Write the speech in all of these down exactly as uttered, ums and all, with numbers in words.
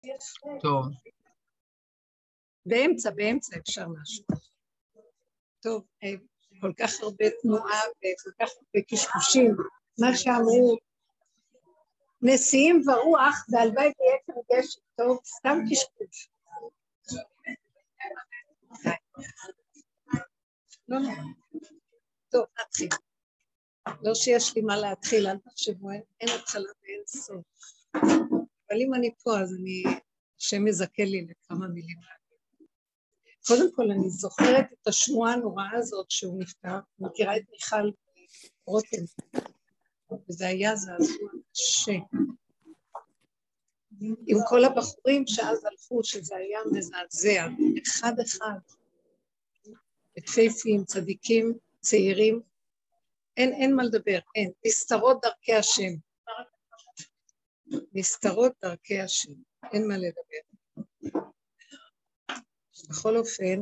טוב. באמצע, באמצע אפשר משהו. טוב, כל כך הרבה תנועה וכל כך הרבה קשקושים, מה שאמרו, נשיאים ורוח, והלוואי ויתר גשם, טוב, סתם קשקוש. לא, לא. טוב, נתחיל. לא שיש לי מה להתחיל, אל תחשבו, אין התחלה ואין סוף. אבל אם אני פה, אז אני, השם מזכה לי לכמה מילים. קודם כל, אני זוכרת את השמועה הנוראה הזאת שהוא נפטר, מכירה את מיכל רותם, וזה היה זעזוע קשה. עם כל הבחורים שאז הלכו, שזה היה מזעזע, אחד אחד, פייפים, צדיקים, צעירים, אין, אין מה לדבר, אין, נסתרות דרכי השם, נסתרות דרכי השם, אין מה לדבר. בכל אופן,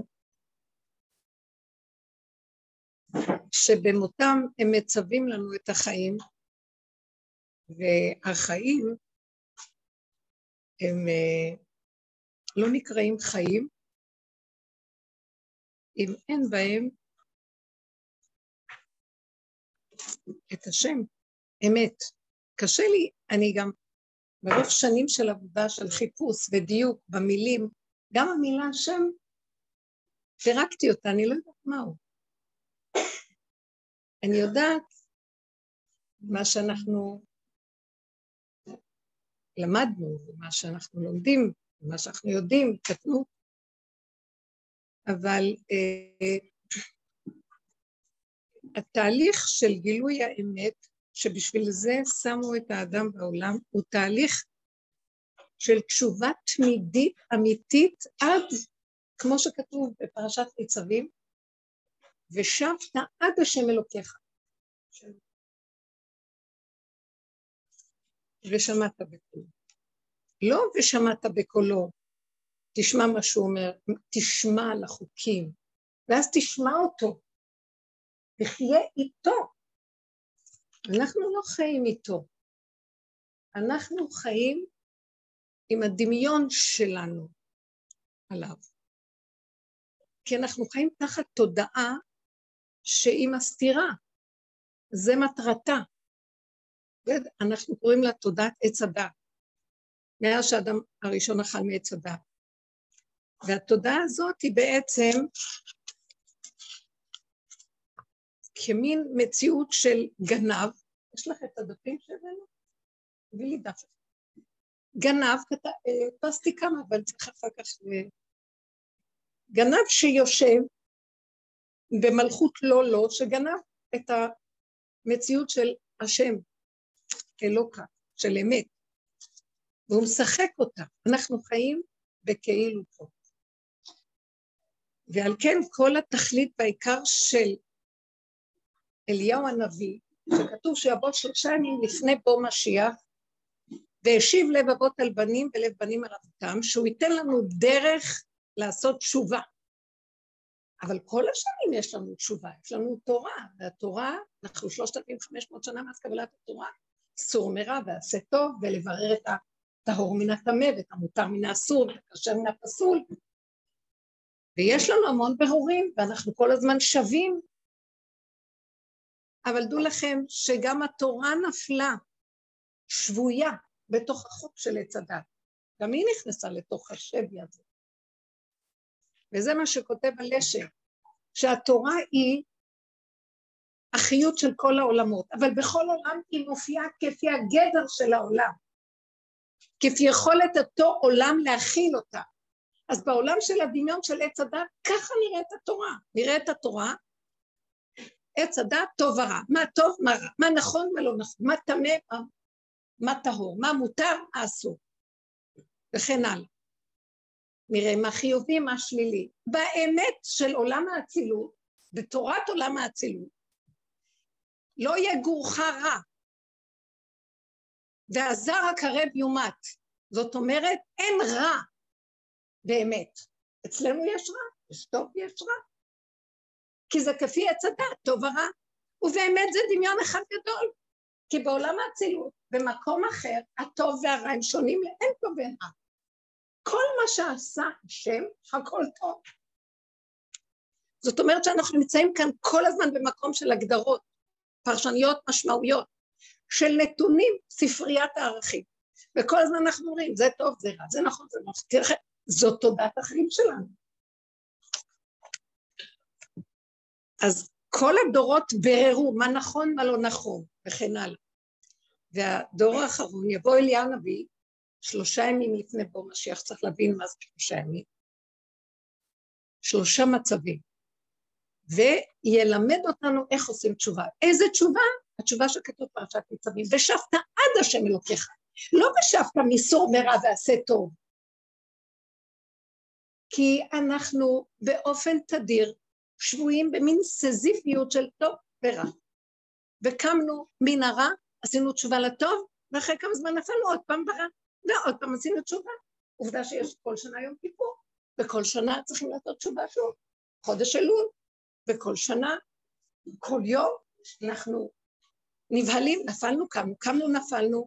שבמותם הם מצווים לנו את החיים, והחיים הם לא נקראים חיים, אם אין בהם את השם, אמת. קשה לי, אני גם ברוב שנים של עבודה של חיפוש ודיוק במילים, גם המילה השם, פירקתי אותה, אני לא יודעת מהו. אני יודעת מה שאנחנו למדנו, מה שאנחנו לומדים, מה שאנחנו יודעים, כתנו, אבל אה, התהליך של גילוי האמת, שבשביל זה שמו את האדם בעולם, הוא תהליך של תשובה תמידית, אמיתית, עד, כמו שכתוב בפרשת ניצבים, ושבת עד השם אלוקיך. ושמעת בקולו. לא ושמעת בקולו, תשמע מה שהוא אומר, תשמע לחוקים, ואז תשמע אותו, תחיה איתו. אנחנו לא חיים איתו, אנחנו חיים עם הדמיון שלנו עליו. כי אנחנו חיים תחת תודעה שהיא מסתירה, זה מטרתה. אנחנו קוראים לה תודעת עץ הדת, מאז שהאדם הראשון אכל מעץ הדת. והתודעה הזאת היא בעצם כמין מציאות של גנב, יש לך את הדפים שלנו? תביא לי דף. גנב, פסתי כמה, אבל צריך אחר כך, גנב שיושב במלכות לא לא, שגנב את המציאות של השם, אלוקה, של אמת, והוא משחק אותה. אנחנו חיים בכאילו פה. ועל כן כל התכלית והעיקר של אליהו הנביא, שכתוב שיבוא שלושה ימים לפני בוא משיח, והשיב לב אבות על בנים ולב בנים על אבותם, שהוא ייתן לנו דרך לעשות תשובה. אבל כל השנים יש לנו תשובה, יש לנו תורה, והתורה, אנחנו שלושת אלפים וחמש מאות שנה מאז קבלת התורה, סור מרע ועשה טוב, ולברר את הטהור מן הטמא, ואת המותר מן האסור, ואת הכשר מן הפסול. ויש לנו המון ברורים, ואנחנו כל הזמן שווים. אבל דעו לכם שגם התורה נפלה, שבויה, בתוך החוק של עץ הדת. גם היא נכנסה לתוך השבי הזה. וזה מה שכותב הלשם, שהתורה היא החיות של כל העולמות, אבל בכל עולם היא מופיעה כפי הגדר של העולם, כפי יכולת אותו עולם להכיל אותה. אז בעולם של הדמיון של עץ הדת, ככה נראית התורה. נראית התורה, עץ הדת טוב ורע, מה טוב, מה רע, מה נכון, מה לא נכון, מה טמא, מה, מה טהור, מה מותר, מה אסור, וכן הלאה. נראה מה חיובי, מה שלילי. באמת של עולם האצילות, בתורת עולם האצילות, לא יגורך רע, והזר הקרב יומת. זאת אומרת, אין רע באמת. אצלנו יש רע, יש טוב ויש רע. כי זה כפי עץ הדת, טוב ורע. ובאמת זה דמיון אחד גדול. כי בעולם האצילות, במקום אחר, הטוב והרע הם שונים לאין טוב ואין רע. כל מה שעשה השם, הכל טוב. זאת אומרת שאנחנו נמצאים כאן כל הזמן במקום של הגדרות, פרשניות, משמעויות, של נתונים, ספריית הערכים. וכל הזמן אנחנו אומרים, זה טוב, זה רע, זה נכון, זה נכון. תראה, זאת תודעת החיים שלנו. אז כל הדורות בררו מה נכון, מה לא נכון, וכן הלאה. והדור האחרון יבוא אליה הנביא, שלושה ימים לפני בו משיח, צריך להבין מה זה שלושה ימים, שלושה מצבים, וילמד אותנו איך עושים תשובה. איזה תשובה? התשובה שכתוב פרשת ניצבים, ושבת עד השם אלוקיך, לא ושבת מסור מרע ועשה טוב, כי אנחנו באופן תדיר שבויים במין סזיפיות של טוב ורע, וקמנו מן הרע, עשינו תשובה לטוב, ואחרי כמה זמן נפלנו עוד פעם ברע, ועוד פעם עשינו תשובה. עובדה שיש כל שנה יום כיפור, וכל שנה צריכים לעשות תשובה שוב, חודש אלול, וכל שנה, כל יום, אנחנו נבהלים, נפלנו, קמנו, קמנו, נפלנו,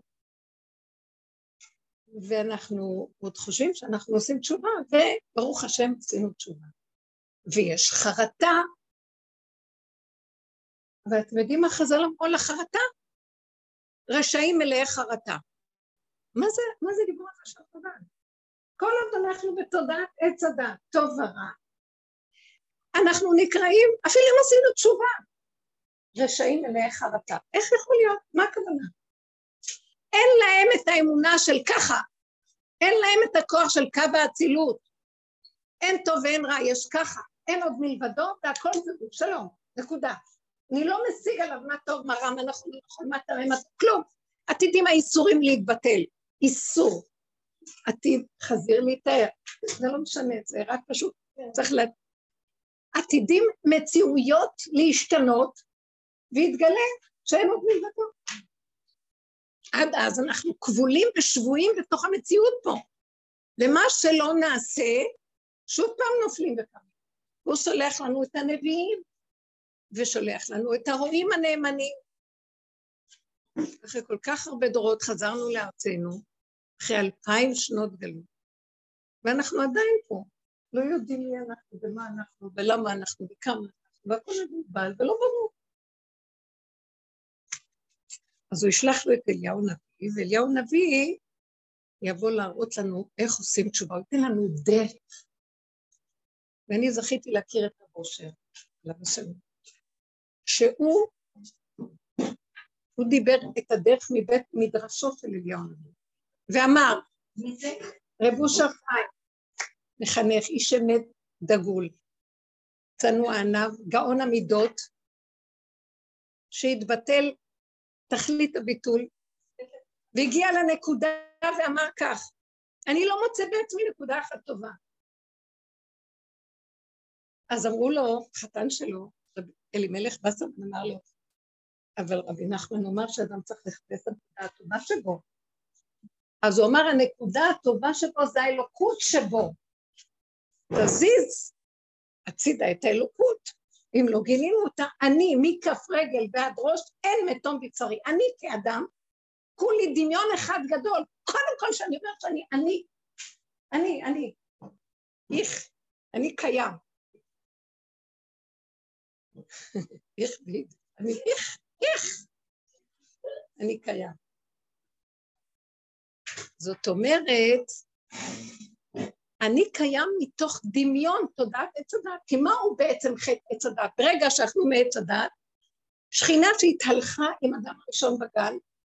ואנחנו עוד חושבים שאנחנו עושים תשובה, וברוך השם עשינו תשובה. ויש חרטה, ואתם יודעים מה חז"ל אמרו לחרטה? רשעים מלאי חרטה. מה זה, מה זה דיבור הזה של תודה? כל עוד אנחנו בתודעת עץ הדעת, טוב ורע, אנחנו נקראים, אפילו אם עשינו תשובה, רשעים מלאי חרטה. איך יכול להיות? מה הכוונה? אין להם את האמונה של ככה, אין להם את הכוח של קו האצילות, אין טוב ואין רע, יש ככה, אין עוד מלבדו, והכל זה שלום, נקודה. אני לא משיג עליו מה טוב, מה רע, מה נכון, מה נכון, מה טוב, מה כלום. עתידים האיסורים להתבטל, איסור. עתיד חזיר להתאר, זה לא משנה, זה רק פשוט צריך לה... עתידים מציאויות להשתנות, והתגלה שאין עוד מלבדו. עד אז אנחנו כבולים ושבויים בתוך המציאות פה. ומה שלא נעשה, שוב פעם נופלים וקמים. הוא שולח לנו את הנביאים, ושולח לנו את הרועים הנאמנים. אחרי כל כך הרבה דורות חזרנו לארצנו, אחרי אלפיים שנות גלות, ואנחנו עדיין פה, לא יודעים מי אנחנו ומה אנחנו ולמה אנחנו וכמה אנחנו, והכל מבולבל ולא ברור. אז הוא ישלח לו את אליהו נביא, ואליהו נביא יבוא להראות לנו איך עושים תשובה, הוא ייתן לנו דרך. ואני זכיתי להכיר את הבושר, לבשם, שהוא הוא דיבר את הדרך מבית מדרשו של אליהו נביא, ואמר, רב אושר חיים, מחנך, איש אמת דגול, צנוע עניו, גאון המידות, שהתבטל תכלית הביטול, והגיע לנקודה ואמר כך, אני לא מוצא בעצמי נקודה אחת טובה. אז אמרו לו, חתן שלו, אלימלך בסם, אמר לו, אבל רבי נחמן אומר שאדם צריך לחפש את הנקודה הטובה שבו. אז הוא אמר, הנקודה הטובה שבו זה האלוקות שבו. תזיז הצידה את האלוקות. אם לא גילינו אותה, אני מכף רגל ועד ראש, אין מתום בצרי. אני כאדם, כולי דמיון אחד גדול. קודם כל שאני אומרת שאני, אני, אני, אני, איך, אני קיים. איך ביד, אני איך, איך, אני קיים. זאת אומרת, אני קיים מתוך דמיון תודעת עץ הדת, כי מה הוא בעצם חטא עץ הדת? ברגע שאנחנו מעץ הדת, שכינה שהתהלכה עם אדם הראשון בגן,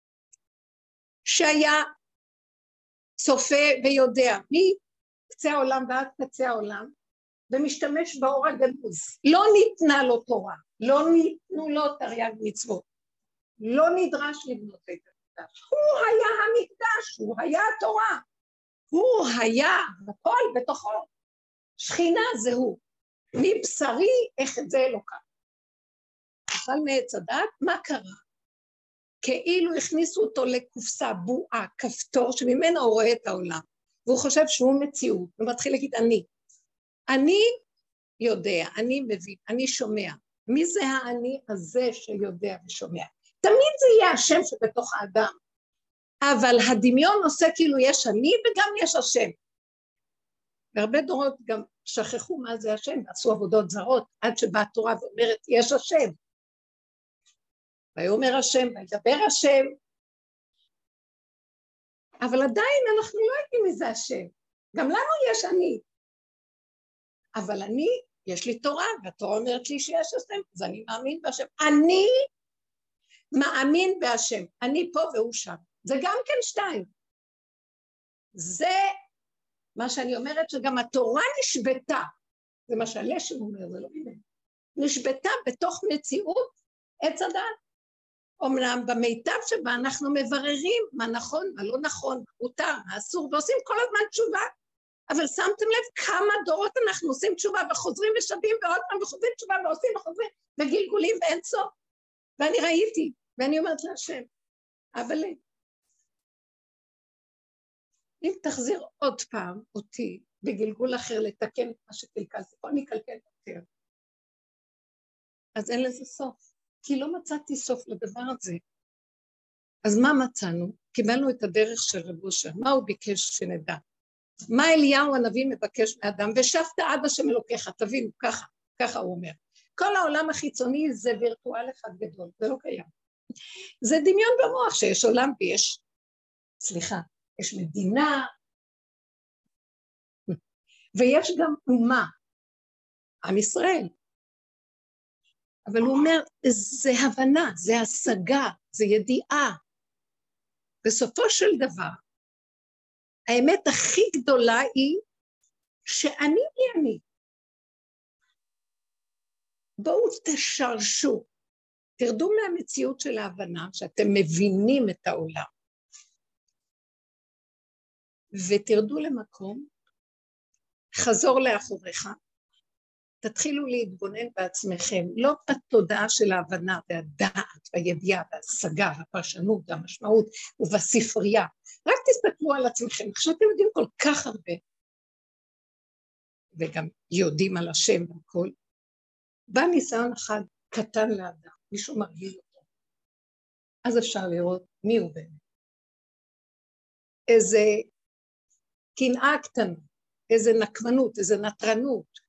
שהיה צופה ויודע מקצה העולם ועד קצה העולם, ומשתמש באור הגנוז, לא ניתנה לו תורה, לא ניתנו לו תרי"ג מצוות, לא נדרש לבנות את המקדש, הוא היה המקדש, הוא היה התורה, הוא היה הכל בתוכו, שכינה זה הוא, מבשרי איך את זה אלוקה. אבל מעץ הדת, מה קרה? כאילו הכניסו אותו לקופסה, בועה, כפתור, שממנו הוא רואה את העולם, והוא חושב שהוא מציאות, הוא מתחיל להגיד אני, אני יודע, אני מבין, אני שומע, מי זה האני הזה שיודע ושומע? תמיד זה יהיה השם שבתוך האדם, אבל הדמיון עושה כאילו יש אני וגם יש השם. והרבה דורות גם שכחו מה זה השם, עשו עבודות זרות, עד שבאה התורה ואומרת, יש השם. ויאמר השם, וידבר השם. אבל עדיין אנחנו לא יודעים מי זה השם. גם לנו יש אני. אבל אני, יש לי תורה, והתורה אומרת לי שיש השם, אז אני מאמין בהשם. אני מאמין בהשם. אני פה והוא שם. זה גם כן שתיים. זה מה שאני אומרת, שגם התורה נשבתה. זה מה שהלשם אומר, זה לא ממנו. נשבתה בתוך מציאות עץ הדת. אומנם במיטב שבה אנחנו מבררים מה נכון, מה לא נכון, מה מותר, מה אסור, ועושים כל הזמן תשובה. אבל שמתם לב כמה דורות אנחנו עושים תשובה וחוזרים ושבים ועוד פעם וחוזרים תשובה ועושים וחוזרים וגלגולים ואין סוף. ואני ראיתי, ואני אומרת להשם, אבל אם תחזיר עוד פעם אותי בגלגול אחר לתקן את מה שקלקלתי, או אני אקלקל יותר, אז אין לזה סוף. כי לא מצאתי סוף לדבר הזה. אז מה מצאנו? קיבלנו את הדרך של רב אושר. מה הוא ביקש שנדע? מה אליהו הנביא מבקש מאדם? ושבת עד השם אלוקיך, תבינו, ככה, ככה הוא אומר. כל העולם החיצוני זה וירטואל אחד גדול, זה לא קיים. זה דמיון במוח שיש עולם ויש, סליחה, יש מדינה, ויש גם אומה, עם ישראל. אבל הוא אומר, זה הבנה, זה השגה, זה ידיעה. בסופו של דבר, האמת הכי גדולה היא שאני היא אני. בואו תשרשו, תרדו מהמציאות של ההבנה, שאתם מבינים את העולם, ותרדו למקום, חזור לאחוריך, תתחילו להתבונן בעצמכם, לא בתודעה של ההבנה והדעת והידיעה וההשגה והפרשנות והמשמעות ובספרייה, רק תסתכלו על עצמכם, עכשיו אתם יודעים כל כך הרבה, וגם יודעים על השם והכל, בא ניסיון אחד קטן לאדם, מישהו מרגיל אותו, אז אפשר לראות מי הוא באמת. איזה קנאה קטנה, איזה נקמנות, איזה נטרנות,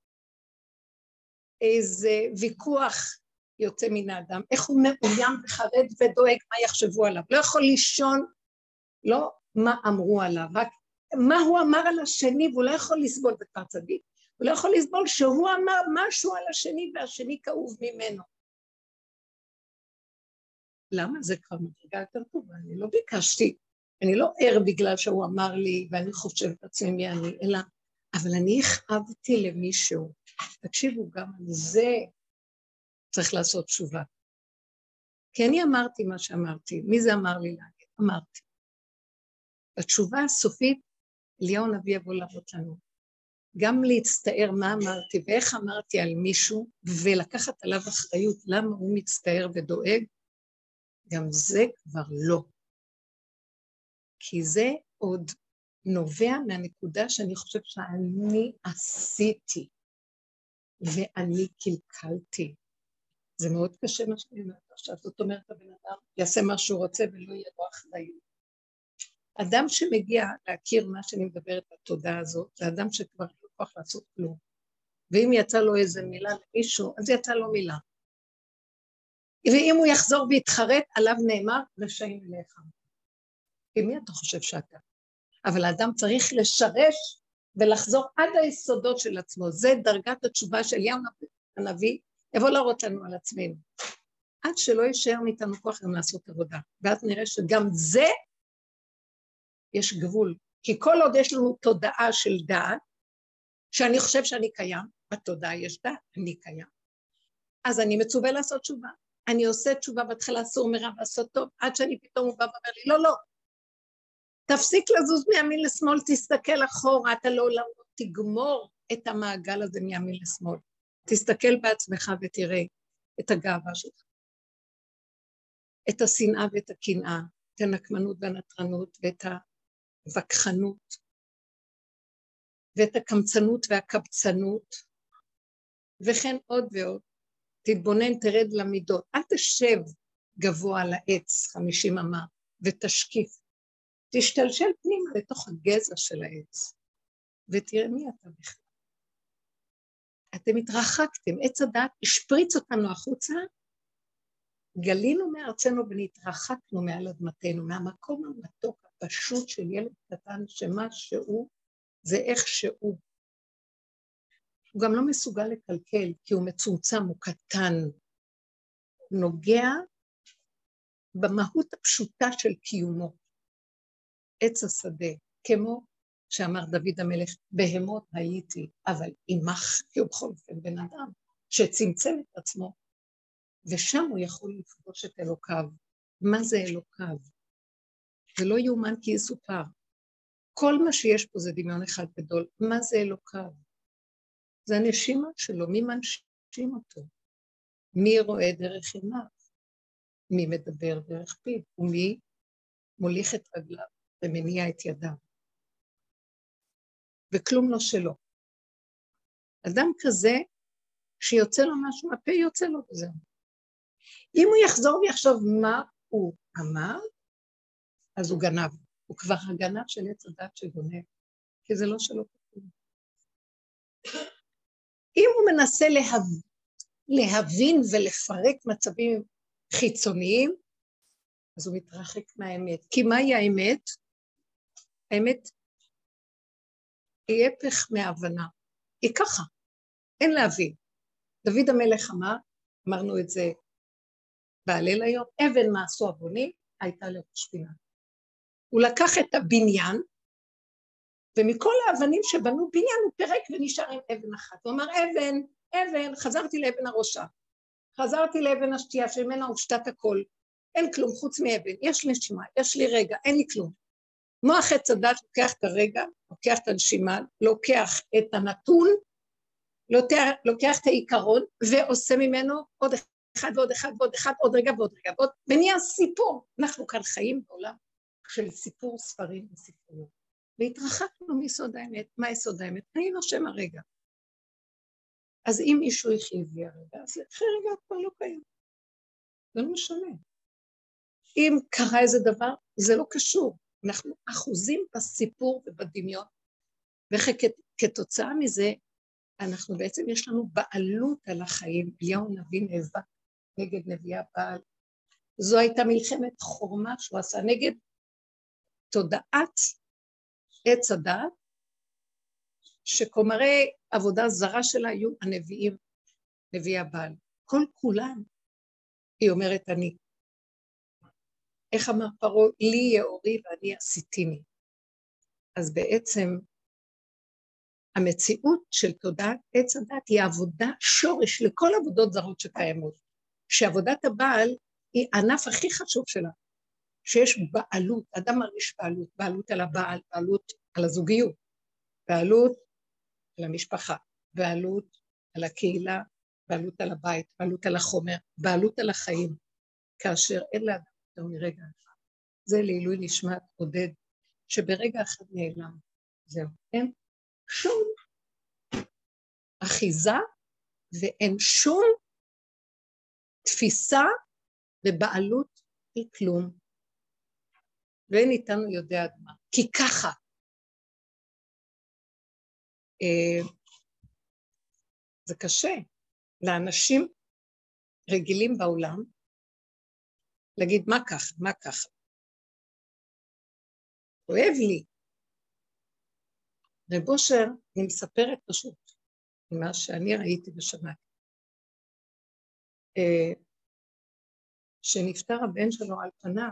איזה ויכוח יוצא מן האדם, איך הוא מאוים וחרד ודואג מה יחשבו עליו, לא יכול לישון, לא מה אמרו עליו, רק מה הוא אמר על השני, והוא לא יכול לסבול בכפר צדיק, הוא לא יכול לסבול שהוא אמר משהו על השני והשני כאוב ממנו. למה? זה כבר מדרגה יותר טובה, אני לא ביקשתי, אני לא ער בגלל שהוא אמר לי ואני חושבת עצמי מי אני, אלא, אבל אני הכאבתי למישהו, תקשיבו, גם על זה צריך לעשות תשובה. כי אני אמרתי מה שאמרתי, מי זה אמר לי להגיד? אמרתי. התשובה הסופית, אליהו הנביא יבוא להראות לנו. גם להצטער מה אמרתי ואיך אמרתי על מישהו, ולקחת עליו אחריות למה הוא מצטער ודואג, גם זה כבר לא. כי זה עוד נובע מהנקודה שאני חושב שאני עשיתי. ואני קלקלתי. זה מאוד קשה מה שאני אומרת עכשיו, זאת אומרת, הבן אדם יעשה מה שהוא רוצה ולא יהיה לו אחריות. אדם שמגיע להכיר מה שאני מדברת בתודעה הזאת, זה אדם שכבר לא כוח לעשות כלום. ואם יצא לו איזה מילה למישהו, אז יצא לו מילה. ואם הוא יחזור ויתחרט, עליו נאמר, רשעים אליך. כי מי אתה חושב שאתה? אבל האדם צריך לשרש ולחזור עד היסודות של עצמו. זה דרגת התשובה של אליהו הנביא, יבוא להראות לנו על עצמנו. עד שלא יישאר מאיתנו כוח גם לעשות עבודה. ואז נראה שגם זה יש גבול. כי כל עוד יש לנו תודעה של דעת, שאני חושב שאני קיים, בתודעה יש דעת, אני קיים. אז אני מצווה לעשות תשובה. אני עושה תשובה בהתחלה אסור מרע לעשות טוב, עד שאני פתאום הוא בא ואומר לי, לא, לא. תפסיק לזוז מימין לשמאל, תסתכל אחורה, אתה לעולם לא תגמור את המעגל הזה מימין לשמאל. תסתכל בעצמך ותראה את הגאווה שלך. את השנאה ואת הקנאה, את הנקמנות והנטרנות ואת הווכחנות, ואת הקמצנות והקבצנות, וכן עוד ועוד. תתבונן, תרד למידות. אל תשב גבוה על העץ, חמישים אמה, ותשקיף. תשתלשל פנימה לתוך הגזע של העץ. ותראה מי אתה בכלל. אתם התרחקתם, עץ הדעת השפריץ אותנו החוצה, גלינו מארצנו ונתרחקנו מעל אדמתנו, מהמקום המתוק הפשוט של ילד קטן, שמה שהוא זה איך שהוא. הוא גם לא מסוגל לקלקל, כי הוא מצומצם, הוא קטן. הוא נוגע במהות הפשוטה של קיומו. עץ השדה, כמו שאמר דוד המלך, בהמות הייתי, אבל עמך, כי הוא בכל אופן בן אדם, שצמצם את עצמו, ושם הוא יכול לפגוש את אלוקיו. מה זה אלוקיו? זה לא יאומן כי יסופר. כל מה שיש פה זה דמיון אחד גדול. מה זה אלוקיו? זה הנשימה שלו, מי מנשים אותו? מי רואה דרך עיניו? מי מדבר דרך פיו? ומי מוליך את רגליו ומניע את ידיו? וכלום לא שלו. אדם כזה שיוצא לו משהו, הפה יוצא לו וזהו. אם הוא יחזור ויחשוב מה הוא אמר, אז הוא גנב. הוא כבר הגנב של עץ הדת שגונב, כי זה לא שלו. אם הוא מנסה להב... להבין ולפרק מצבים חיצוניים, אז הוא מתרחק מהאמת. כי מהי האמת? האמת היא הפך מהבנה. היא ככה, אין להבין. דוד המלך אמר, אמרנו את זה בהלל היום, אבן מעשו אבונים הייתה לראש פינה. הוא לקח את הבניין, ומכל האבנים שבנו בניין הוא פרק ונשאר עם אבן אחת. הוא אמר, אבן, אבן, חזרתי לאבן הראשה, חזרתי לאבן השתייה שממנה הושתת הכל, אין כלום חוץ מאבן, יש לי נשימה, יש לי רגע, אין לי כלום. מוח עץ הדת לוקח את הרגע, לוקח את הנשימה, לוקח את הנתון, לוקח, לוקח את העיקרון, ועושה ממנו עוד אחד ועוד אחד ועוד אחד, עוד רגע ועוד רגע, ועוד, ונהיה סיפור. אנחנו כאן חיים בעולם של סיפור ספרים וספרויות. והתרחקנו מיסוד האמת. מה יסוד האמת? אני נושם הרגע. אז אם מישהו יחיה בי הרגע, אז אחרי רגע כבר לא קיים. זה לא משנה. אם קרה איזה דבר, זה לא קשור. אנחנו אחוזים בסיפור ובדמיון, וכתוצאה מזה, אנחנו בעצם יש לנו בעלות על החיים. אליהו נביא נאבק נגד נביאי הבעל. זו הייתה מלחמת חורמה שהוא עשה נגד תודעת עץ הדעת, שכומרי עבודה זרה שלה היו הנביאים, נביאי הבעל. כל כולם, היא אומרת אני. איך אמר פרעה? לי יאורי ואני עשיתיני. אז בעצם המציאות של תודעת עץ הדת היא עבודה שורש לכל עבודות זרות שקיימות. שעבודת הבעל היא הענף הכי חשוב שלה. שיש בעלות, אדם מרגיש בעלות, בעלות על הבעל, בעלות על הזוגיות, בעלות על המשפחה, בעלות על הקהילה, בעלות על הבית, בעלות על החומר, בעלות על החיים, כאשר אין לאדם יותר מרגע אחד. זה לעילוי נשמת עודד, שברגע אחד נעלם. זהו, אין שום אחיזה, ואין שום תפיסה ובעלות היא כלום. ואין איתנו יודע עד מה, כי ככה. אה, זה קשה לאנשים רגילים בעולם, להגיד מה ככה, מה ככה. אוהב לי. רב אושר, אני מספרת פשוט, מה שאני ראיתי ושמעתי. אה, שנפטר הבן שלו על פניו,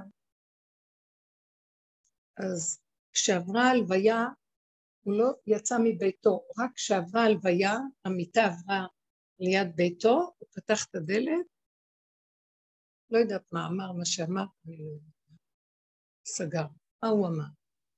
אז כשעברה הלוויה, הוא לא יצא מביתו, רק כשעברה הלוויה, המיטה עברה ליד ביתו, הוא פתח את הדלת, לא יודעת מה אמר, מה שאמר, סגר. מה הוא אמר?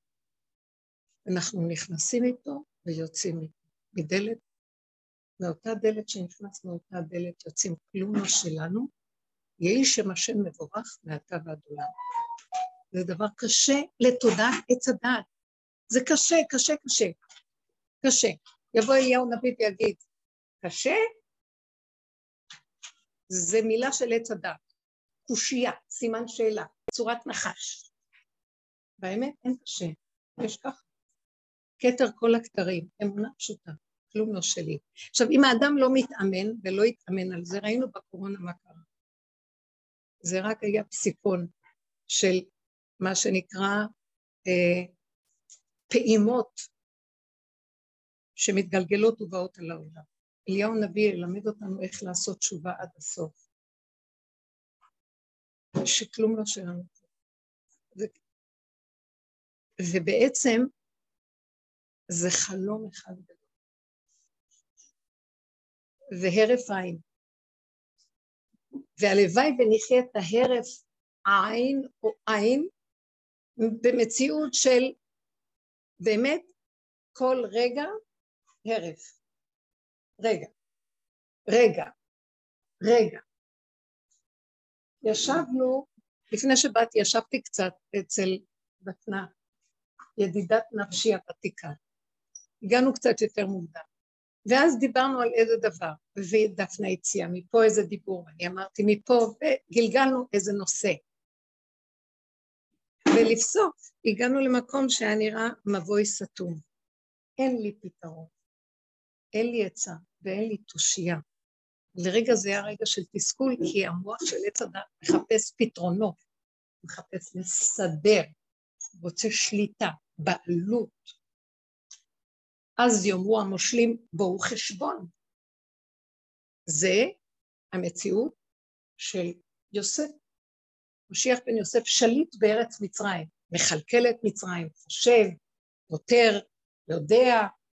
אנחנו נכנסים איתו ויוצאים איתו מדלת, מאותה דלת שנכנסנו, אותה דלת יוצאים כלום לא שלנו, יהי שם השם מבורך מעתה ועד עולם. זה דבר קשה לתודעת עץ הדעת. זה קשה, קשה, קשה. קשה. יבוא אליהו נביא ויגיד, קשה? זה מילה של עץ הדעת. קושייה, סימן שאלה, צורת נחש. באמת אין קשה. יש ככה. כתר כל הכתרים, אמונה פשוטה, כלום לא שלי. עכשיו, אם האדם לא מתאמן ולא יתאמן על זה, ראינו בקורונה מה קרה. זה רק היה פסיקון של מה שנקרא אה, פעימות שמתגלגלות ובאות על העולם. אליהו הנביא ילמד אותנו איך לעשות תשובה עד הסוף. שכלום לא שלנו. ו... ובעצם זה חלום אחד גדול. והרף עין. והלוואי ונחיה את ההרף עין או עין במציאות של באמת כל רגע הרף. רגע, רגע, רגע. ישבנו, לפני שבאתי ישבתי קצת אצל דפנה, ידידת נפשי הוותיקה. הגענו קצת יותר מוקדם. ואז דיברנו על איזה דבר, ודפנה הציעה מפה איזה דיבור, אני אמרתי מפה, וגלגלנו איזה נושא. ולבסוף הגענו למקום שהיה נראה מבוי סתום. אין לי פתרון, אין לי עצה ואין לי תושייה. לרגע זה היה רגע של תסכול, כי המוח של עץ הדת מחפש פתרונות, מחפש לסדר, רוצה שליטה, בעלות. אז יאמרו המושלים, בואו חשבון. זה המציאות של יוסף. משיח בן יוסף שליט בארץ מצרים, מחלקל את מצרים, חושב, פותר, יודע.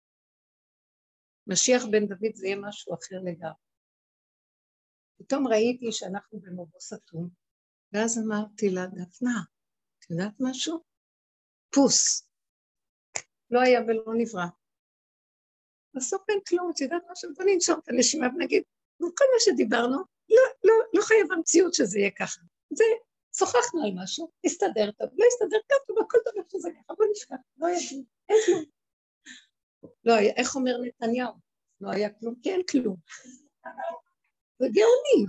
משיח בן דוד זה יהיה משהו אחר לגמרי. פתאום ראיתי שאנחנו במבוא סתום, ואז אמרתי לה, דפנה, את יודעת משהו? פוס. לא היה ולא נברא. בסוף אין כלום, את יודעת משהו? בוא ננשום את הנשימה ונגיד, כל מה שדיברנו, לא, לא, לא חייב המציאות שזה יהיה ככה. זה, שוחחנו על משהו, הסתדר טוב, לא הסתדר טוב, אבל כל דבר שזה ככה, בוא נשכח, לא היה כלום, אין כלום. לא היה, איך אומר נתניהו? לא היה כלום, כי אין כלום. זה גאוני.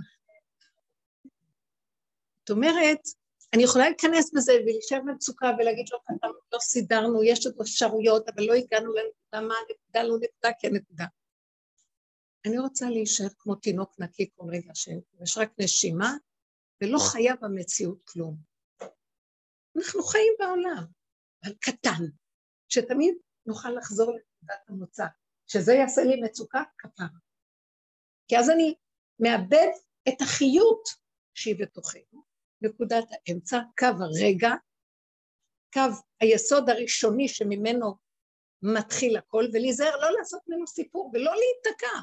זאת אומרת, אני יכולה להיכנס בזה ולהישאר במצוקה ולהגיד לו, לא סידרנו, יש עוד אפשרויות, אבל לא הגענו לנקודה, מה הנקודה, לא נקודה, כן נקודה. אני רוצה להישאר כמו תינוק נקי כל רגע, שיש רק נשימה, ולא חיה במציאות כלום. אנחנו חיים בעולם, אבל קטן, שתמיד נוכל לחזור לנקודת המוצא, שזה יעשה לי מצוקה כפרה. כי אז אני מאבד את החיות שהיא בתוכנו, נקודת האמצע, קו הרגע, קו היסוד הראשוני שממנו מתחיל הכל, ולהיזהר לא לעשות ממנו סיפור ולא להיתקע.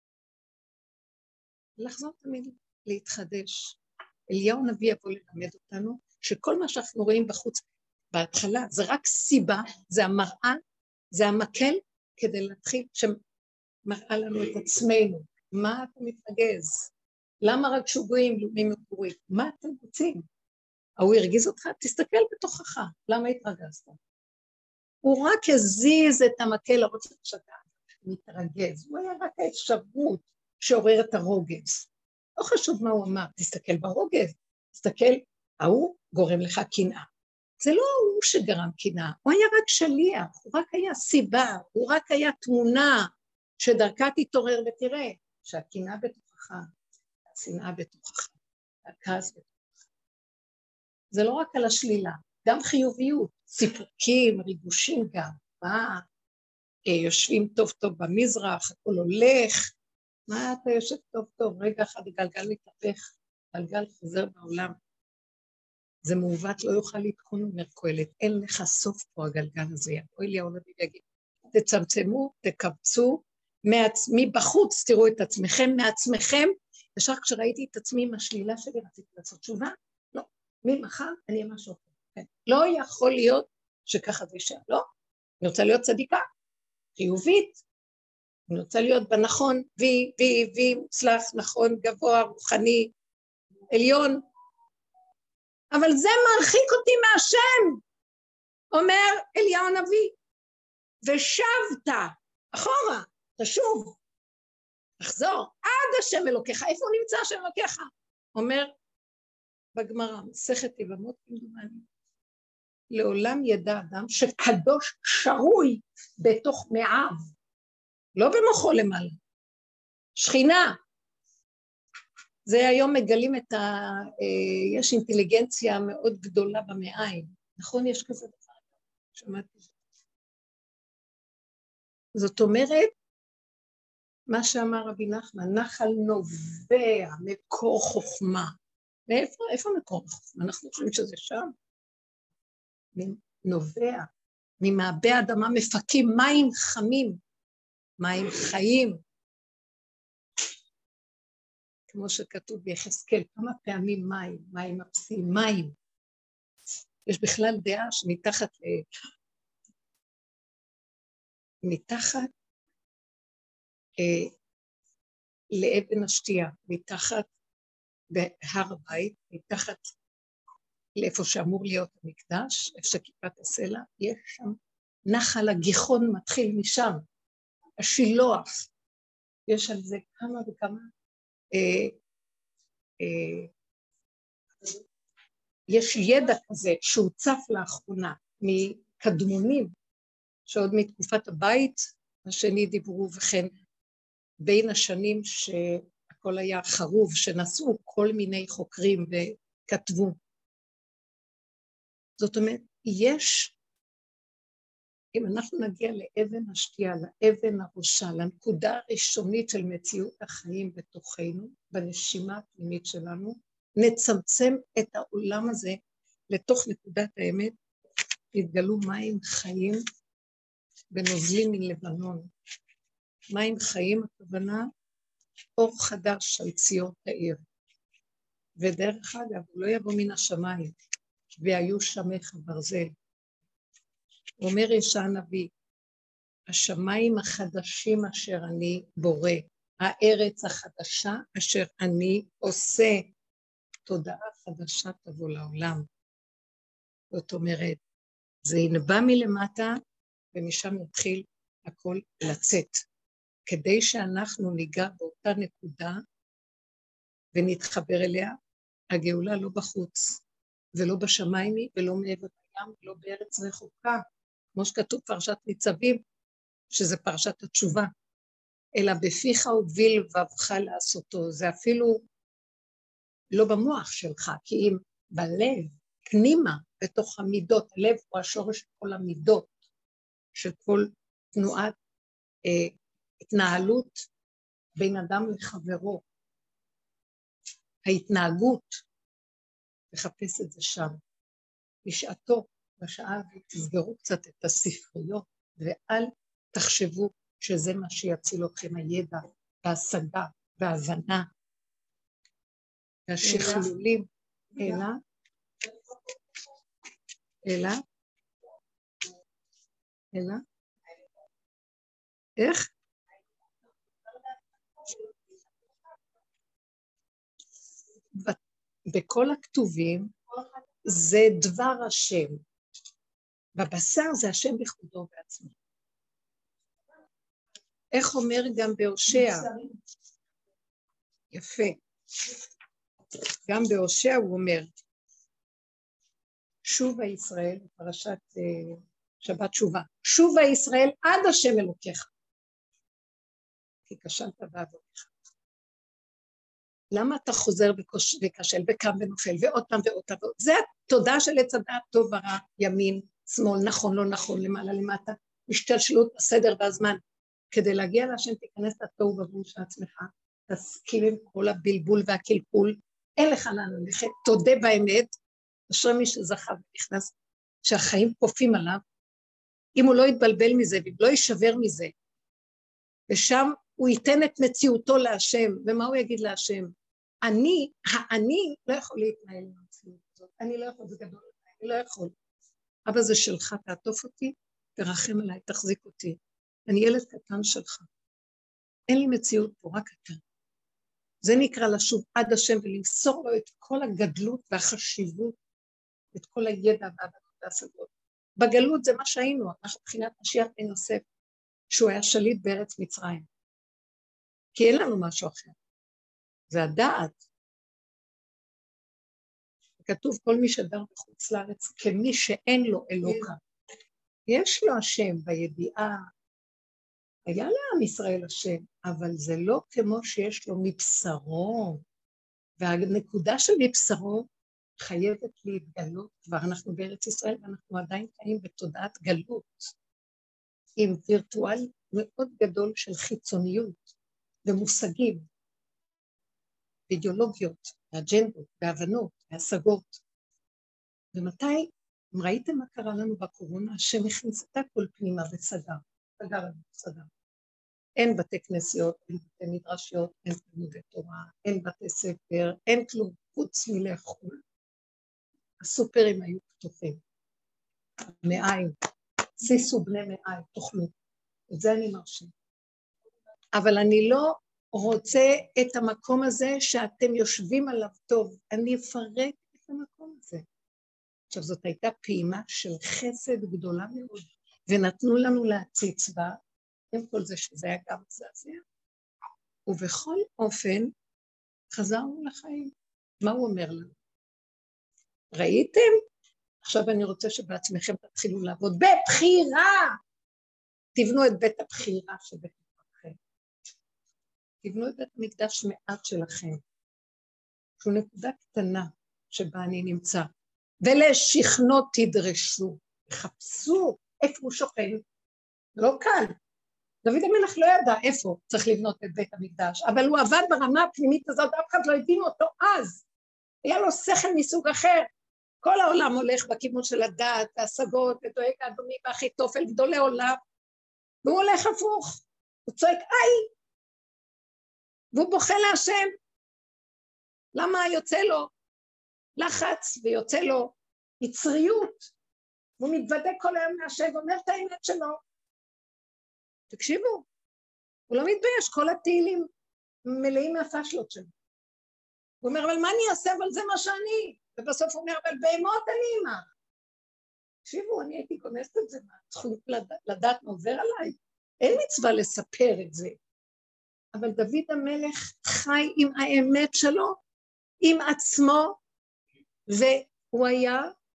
לחזור תמיד להתחדש. אליהו הנביא יבוא ללמד אותנו שכל מה שאנחנו רואים בחוץ בהתחלה זה רק סיבה, זה המראה, זה המקל כדי להתחיל שמראה לנו את עצמנו. מה אתה מתרגז? למה רק שוגויים לאומים מקורית? מה אתם רוצים? הוא הרגיז אותך? תסתכל בתוכך. למה התרגזת? הוא רק הזיז את המקל הרוצה שאתה מתרגז. הוא היה רק האפשרות שעורר את הרוגז. לא חשוב מה הוא אמר, תסתכל ברוגז. תסתכל, ההוא גורם לך קנאה. זה לא הוא שגרם קנאה, הוא היה רק שליח, הוא רק היה סיבה, הוא רק היה תמונה שדרכה תתעורר ותראה שהקנאה בתוכך. השנאה בתוכך, הכעס בתוכך. זה לא רק על השלילה, גם חיוביות, סיפוקים, ריגושים גם, מה? יושבים טוב טוב במזרח, הכל הולך, מה אתה יושב טוב טוב, רגע אחד הגלגל מתהפך, גלגל חוזר בעולם, זה מעוות לא יוכל לתקון אומר קהלת, אין לך סוף פה הגלגל הזה, יבוא אליהו הנביא ויגיד, תצמצמו, תקבצו, מבחוץ תראו את עצמכם, מעצמכם, ישר כשראיתי את עצמי עם השלילה שלי, רציתי לעשות תשובה, לא, ממחר אני אהיה משהו אחר. כן. לא יכול להיות שככה זה יישאר, לא. אני רוצה להיות צדיקה, חיובית, אני רוצה להיות בנכון, וי, וי, וי, מוצלח, נכון, גבוה, רוחני, עליון, אבל זה מרחיק אותי מהשם, אומר אליהו הנביא, ושבת אחורה, תשוב, תחזור, עד השם אלוקיך, איפה הוא נמצא השם אלוקיך? אומר בגמרא, מסכת יבמות כמדומני, לעולם ידע אדם שקדוש שרוי בתוך מעיו, לא במוחו למעלה, שכינה. זה היום מגלים את ה... יש אינטליגנציה מאוד גדולה במעיים, נכון? יש כזה דבר, שמעתי. זאת אומרת, מה שאמר רבי נחמן, נחל נובע, מקור חוכמה. ואיפה איפה מקור חוכמה? אנחנו חושבים שזה שם. נובע, ממעבה אדמה מפקים מים חמים, מים חיים. כמו שכתוב ביחזקאל, כמה פעמים מים, מים אפסיים, מים. יש בכלל דעה שמתחת ל... מתחת אה, לאבן השתייה, מתחת בהר הבית, מתחת לאיפה שאמור להיות המקדש, איפה שכיפת הסלע, יש שם נחל הגיחון מתחיל משם, השילוח, יש על זה כמה וכמה, אה, אה, יש ידע כזה שהוא צף לאחרונה מקדמונים, שעוד מתקופת הבית, השני דיברו וכן, בין השנים שהכל היה חרוב, שנסעו כל מיני חוקרים וכתבו. זאת אומרת, יש, אם אנחנו נגיע לאבן השתייה, לאבן הראשה, לנקודה הראשונית של מציאות החיים בתוכנו, בנשימה הפנימית שלנו, נצמצם את העולם הזה לתוך נקודת האמת, יתגלו מים חיים ונוזלים מלבנון. מים חיים, הכוונה, אור חדש על ציון העיר. ודרך אגב, הוא לא יבוא מן השמיים, והיו שמך ברזל. אומר ישע הנביא, השמיים החדשים אשר אני בורא, הארץ החדשה אשר אני עושה, תודעה חדשה תבוא לעולם. זאת אומרת, זה ינבע מלמטה, ומשם יתחיל הכל לצאת. כדי שאנחנו ניגע באותה נקודה, ונתחבר אליה, הגאולה לא בחוץ, ולא בשמיים, ולא מעבר לים, ולא בארץ רחוקה, כמו שכתוב פרשת ניצבים, שזה פרשת התשובה, אלא בפיך הוביל ובך לעשותו, זה אפילו לא במוח שלך, כי אם בלב, פנימה, בתוך המידות, הלב הוא השורש של כל המידות, של כל תנועת אה, התנהלות בין אדם לחברו, ההתנהגות, לחפש את זה שם. בשעתו, בשעה הזאת, תסגרו קצת את הספריות, ואל תחשבו שזה מה שיציל אתכם, הידע, וההשגה, וההבנה, והשכלולים. אלא? אלא? אלא? איך? בכל הכתובים זה דבר השם, בבשר זה השם בכבודו בעצמו. איך אומר גם בהושע? יפה. גם בהושע הוא אומר, שובה ישראל, פרשת uh, שבת שובה, שובה ישראל עד השם אלוקיך, כי כשלת בעבודך. למה אתה חוזר וכשל וקם ונופל ועוד פעם ועוד פעם? זה התודעה של עץ הדעת, טוב ורע, ימין, שמאל, נכון, לא נכון, למעלה, למטה, השתלשלות בסדר והזמן. כדי להגיע להשם תיכנס לתוהו ובוהו של עצמך, תסכים עם כל הבלבול והקלקול, אין לך לאן ללכת, תודה באמת, אשרי מי שזכה ונכנס, שהחיים קופים עליו, אם הוא לא יתבלבל מזה ואם לא יישבר מזה, ושם הוא ייתן את מציאותו להשם, ומה הוא יגיד להשם? אני, האני לא יכול להתנהל עם המציאות הזאת, אני לא יכול, זה גדול, אני לא יכול. אבא זה שלך, תעטוף אותי, תרחם עליי, תחזיק אותי. אני ילד קטן שלך. אין לי מציאות פה, רק אתה. זה נקרא לשוב עד השם ולמסור לו את כל הגדלות והחשיבות, את כל הידע והבנות והשגות. בגלות זה מה שהיינו, אנחנו מבחינת משיח בן יוסף, שהוא היה שליט בארץ מצרים. כי אין לנו משהו אחר. זה הדעת. כתוב כל מי שדר בחוץ לארץ כמי שאין לו אלוקה. יש לו השם בידיעה, היה לעם ישראל השם, אבל זה לא כמו שיש לו מבשרו, והנקודה של מבשרו חייבת להתגלות, כבר אנחנו בארץ ישראל ואנחנו עדיין חיים בתודעת גלות, עם וירטואל מאוד גדול של חיצוניות ומושגים, ואידיאולוגיות, ואג'נדות, והבנות, והשגות. ומתי, אם ראיתם מה קרה לנו בקורונה, השם הכניס את הכל פנימה וסגר, סגר לנו, סגר. אין בתי כנסיות, אין בתי מדרשיות, אין תלמודי תורה, אין בתי ספר, אין כלום חוץ מלאכול. הסופרים היו פתוחים, מאיים, סיסו בני מאיים, תאכלו. את זה אני מרשה. אבל אני לא רוצה את המקום הזה שאתם יושבים עליו טוב, אני אפרק את המקום הזה. עכשיו זאת הייתה פעימה של חסד גדולה מאוד, ונתנו לנו להציץ בה, עם כל זה שזה היה גם מזעזע, ובכל אופן חזרנו לחיים. מה הוא אומר לנו? ראיתם? עכשיו אני רוצה שבעצמכם תתחילו לעבוד בבחירה. תבנו את בית הבחירה שבתוככם. תבנו את בית המקדש מעט שלכם. זו נקודה קטנה שבה אני נמצא. ולשכנות תדרשו, תחפשו איפה הוא שוכן. לא קל. דוד המלך לא ידע איפה צריך לבנות את בית המקדש, אבל הוא עבד ברמה הפנימית הזאת, אף אחד לא הבין אותו אז. היה לו שכל מסוג אחר. כל העולם הולך בכיוון של הדעת, ההשגות, ודואג האדומי והאחיתופל, גדולי עולם, והוא הולך הפוך. הוא צועק, איי! והוא בוכה להשם. למה יוצא לו לחץ ויוצא לו יצריות? והוא מתוודא כל היום מהשם ואומר את האמת שלו. תקשיבו, הוא לא מתבייש, כל התהילים מלאים מהפשלות שלו. הוא אומר, אבל מה אני אעשה? אבל זה מה שאני. ובסוף הוא אומר, אבל בהמות אני אימא. תקשיבו, אני הייתי כונסת את זה, מה? צריכים לדעת מה עובר עליי. אין מצווה לספר את זה. אבל דוד המלך חי עם האמת שלו, עם עצמו, והוא היה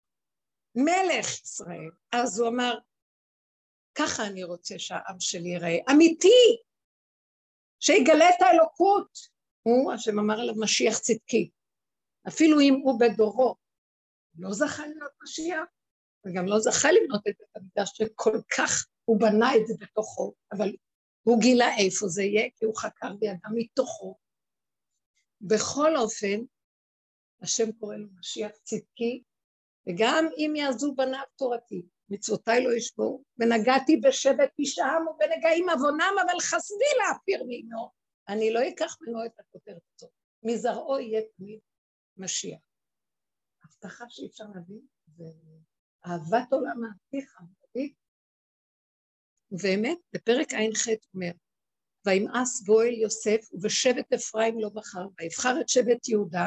מלך ישראל. אז הוא אמר, ככה אני רוצה שהעם שלי ייראה, אמיתי, שיגלה את האלוקות. הוא, השם אמר עליו, משיח צדקי. אפילו אם הוא בדורו, לא זכה להיות משיח, וגם לא זכה לבנות את המקדש שכל כך הוא בנה את זה בתוכו, אבל הוא גילה איפה זה יהיה, כי הוא חקר בידם מתוכו. בכל אופן, השם קורא לו משיח צדקי, וגם אם יעזו בניו תורתי, מצוותיי לא ישבו, ונגעתי בשבט פשעם ובנגעים עוונם, אבל חסדי להפיר ממנו, אני לא אקח ממנו את הכותרת הזאת. מזרעו יהיה תמיד משיח. הבטחה שאי אפשר להבין, זה אהבת עולם העתיך, המדעית. ובאמת, בפרק עין ח' אומר, וימאס גואל יוסף, ובשבט אפרים לא בחר, ויבחר את שבט יהודה,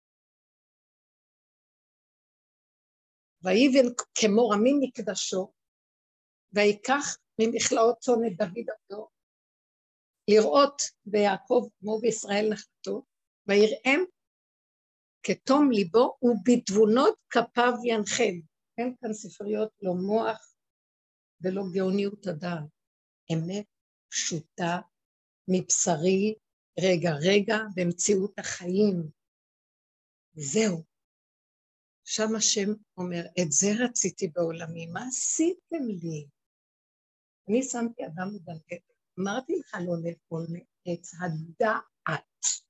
ויבן כמו רמים מקדשו, ויקח ממכלאות צאן את דוד עבדו, לראות ביעקב כמו בישראל נחלתו, ויראם כתום ליבו, ובתבונות כפיו ינחם. אין כאן ספריות, לא מוח ולא גאוניות הדעת. אמת פשוטה, מבשרי, רגע רגע, במציאות החיים. זהו. שם השם אומר, את זה רציתי בעולמי, מה עשיתם לי? אני שמתי אדם מגלגל, אמרתי לך לא לאכול מעץ הדעת.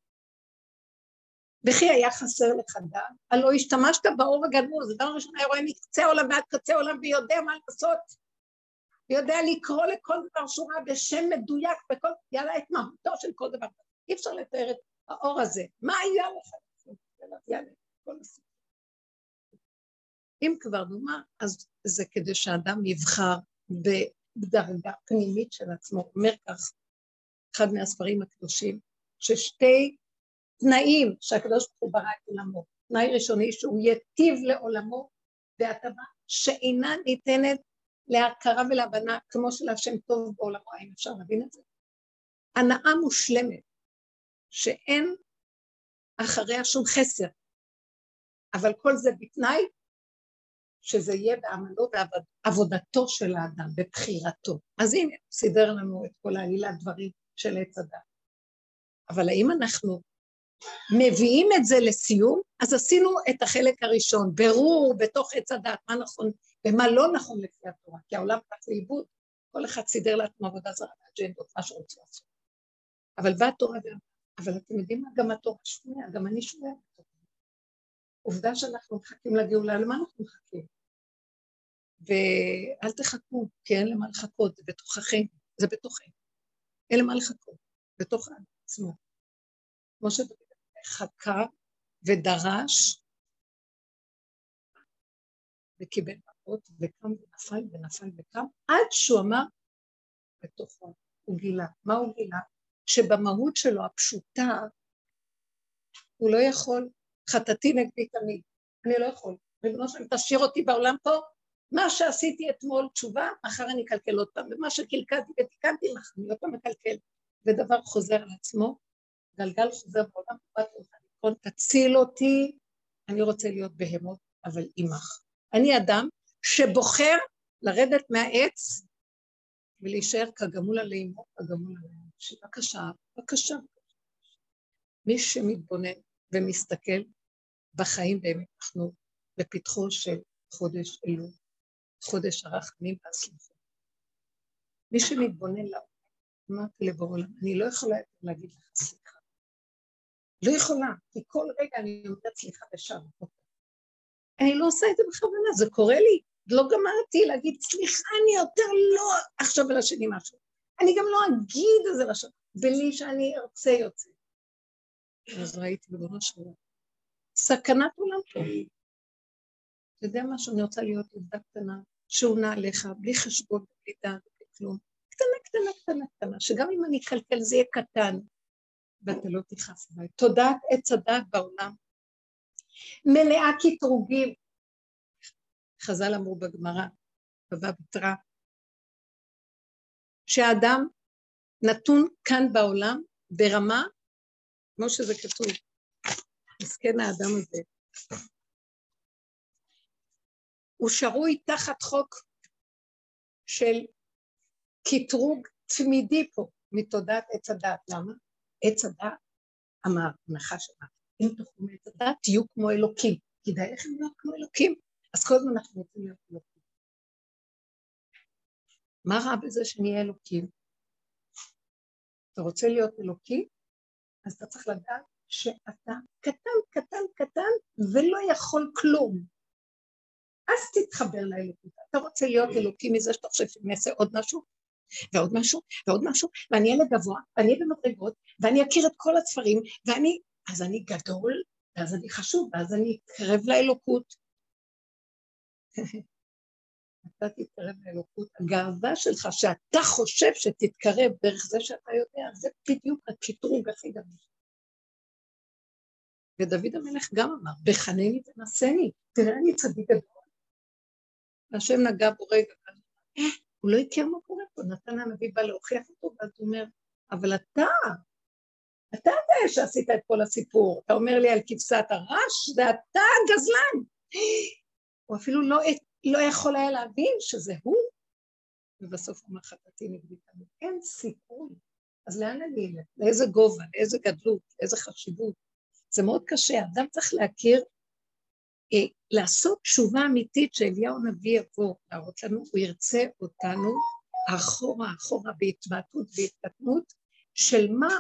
וכי היה חסר לך דעת, הלא השתמשת באור הגנוז, זה דבר ראשון, היה רואה מקצה עולם ועד קצה עולם, ויודע מה לעשות, ויודע לקרוא לכל דבר שורה בשם מדויק, בכל, יאללה את מהותו של כל דבר, אי אפשר לתאר את האור הזה, מה היה לך? יאללה, כל הסיפור. אם כבר נאמר, אז זה כדי שאדם יבחר בדרגה פנימית של עצמו, אומר כך, אחד מהספרים הקדושים, ששתי תנאים שהקדוש ברוך הוא ברא את עולמו, תנאי ראשוני שהוא יטיב לעולמו, והטבה שאינה ניתנת להכרה ולהבנה, כמו של השם טוב בעולמו, האם אפשר להבין את זה? הנאה מושלמת, שאין אחריה שום חסר, אבל כל זה בתנאי שזה יהיה בעמלו ועבודתו של האדם, בבחירתו. אז הנה, סידר לנו את כל העלילת דברים של עץ הדת. אבל האם אנחנו מביאים את זה לסיום? אז עשינו את החלק הראשון, ברור בתוך עץ הדת, מה נכון ומה לא נכון לפי התורה, כי העולם פתח לאיבוד, כל אחד סידר לעצמו עבודה זרה, אג'נדות, מה שרוצה לעשות. אבל באה התורה, אבל אתם יודעים מה? גם התורה שומע, גם אני שומע. עובדה שאנחנו מחכים לגאולה, למה אנחנו מחכים? ואל תחכו, כי אין למה לחכות, זה בתוככם, זה בתוכם. אין למה לחכות, בתוך עצמו. כמו שחכה ודרש, וקיבל מכות, וקם ונפל ונפל וקם, עד שהוא אמר בתוכו, הוא גילה. מה הוא גילה? שבמהות שלו הפשוטה, הוא לא יכול, חטאתי נגדי תמיד, אני לא יכול. ריבונו שלם, תשאיר אותי בעולם פה, מה שעשיתי אתמול תשובה, אחר אני אקלקל עוד פעם, ומה שקלקלתי ותיקנתי לך, אני עוד פעם מקלקל, ודבר חוזר על עצמו, גלגל חוזר בעולם, תציל אותי, אני רוצה להיות בהמות, אבל אימך. אני אדם שבוחר לרדת מהעץ, ולהישאר כגמול עלימו, כגמול עלימו, שבקשה, בקשה. מי שמתבונן ומסתכל בחיים באמת, אנחנו בפתחו של חודש אלול, חודש הרחמים והסליחות. מי שמתבונן לעולם, אמרתי לבורא, אני לא יכולה להגיד לך סליחה. לא יכולה, כי כל רגע אני אומרת סליחה ושם. אני לא עושה את זה בכוונה, זה קורה לי. לא גמרתי להגיד סליחה, אני יותר לא עכשיו על השני משהו. אני גם לא אגיד את זה לשם, בלי שאני ארצה יוצא. אז ראיתי בבונו שלו. סכנת עולם פה. אתה יודע משהו, אני רוצה להיות עובדה קטנה, שעונה עליך, בלי חשבון, בלי דעת, בלי כלום. קטנה, קטנה, קטנה, קטנה, שגם אם אני אקלקל זה יהיה קטן, ואתה לא תכעס עליי. תודעת עץ הדת בעולם, מלאה קטרוגים. חז"ל אמרו בגמרא, בבא בתרא, שהאדם נתון כאן בעולם ברמה, כמו שזה כתוב, מסכן האדם הזה, הוא שרוי תחת חוק של קטרוג תמידי פה, מתודעת עץ הדת. למה? עץ הדת אמר, נחש אמר, אם תאכלו מעץ הדת, תהיו כמו אלוקים. כדאי לכם להיות כמו אלוקים. אז כל הזמן אנחנו רוצים להיות אלוקים. מה רע בזה שנהיה אלוקים? אתה רוצה להיות אלוקי? אז אתה צריך לדעת שאתה קטן, קטן, קטן, ולא יכול כלום. אז תתחבר לאלוקות. אתה רוצה להיות אלוקי מזה שאתה חושב שאני אעשה עוד משהו, ועוד משהו, ועוד משהו, ואני אהיה לגבוה, ואני אהיה במדרגות, ואני אכיר את כל הספרים, ואני, אז אני גדול, ואז אני חשוב, ואז אני אתקרב לאלוקות. אתה תתקרב לאלוקות. הגאווה שלך, שאתה חושב שתתקרב דרך זה שאתה יודע, זה בדיוק הקטרוג הכי גדול. ודוד המלך גם אמר, בחנני ונשני, תראה אני צדיק גדול. והשם נגע בו רגע, אה, הוא לא הכיר מה קורה פה, נתן הנביא בא להוכיח אותו, ואז הוא אומר, אבל אתה, אתה יודע שעשית את כל הסיפור, אתה אומר לי על כבשת הרש, זה אתה גזלן. הוא אפילו לא, לא יכול היה להבין שזה הוא, ובסוף הוא מחטאתי נגדי תמיד. אין סיכוי. אז לאן אני אלך? לאיזה גובה, לאיזה גדלות, לאיזה חשיבות. זה מאוד קשה, אדם צריך להכיר, אה, לעשות תשובה אמיתית שאליהו הנביא יבוא להראות לנו, הוא ירצה אותנו אחורה, אחורה, בהתבטאות, בהתקטנות, של מה?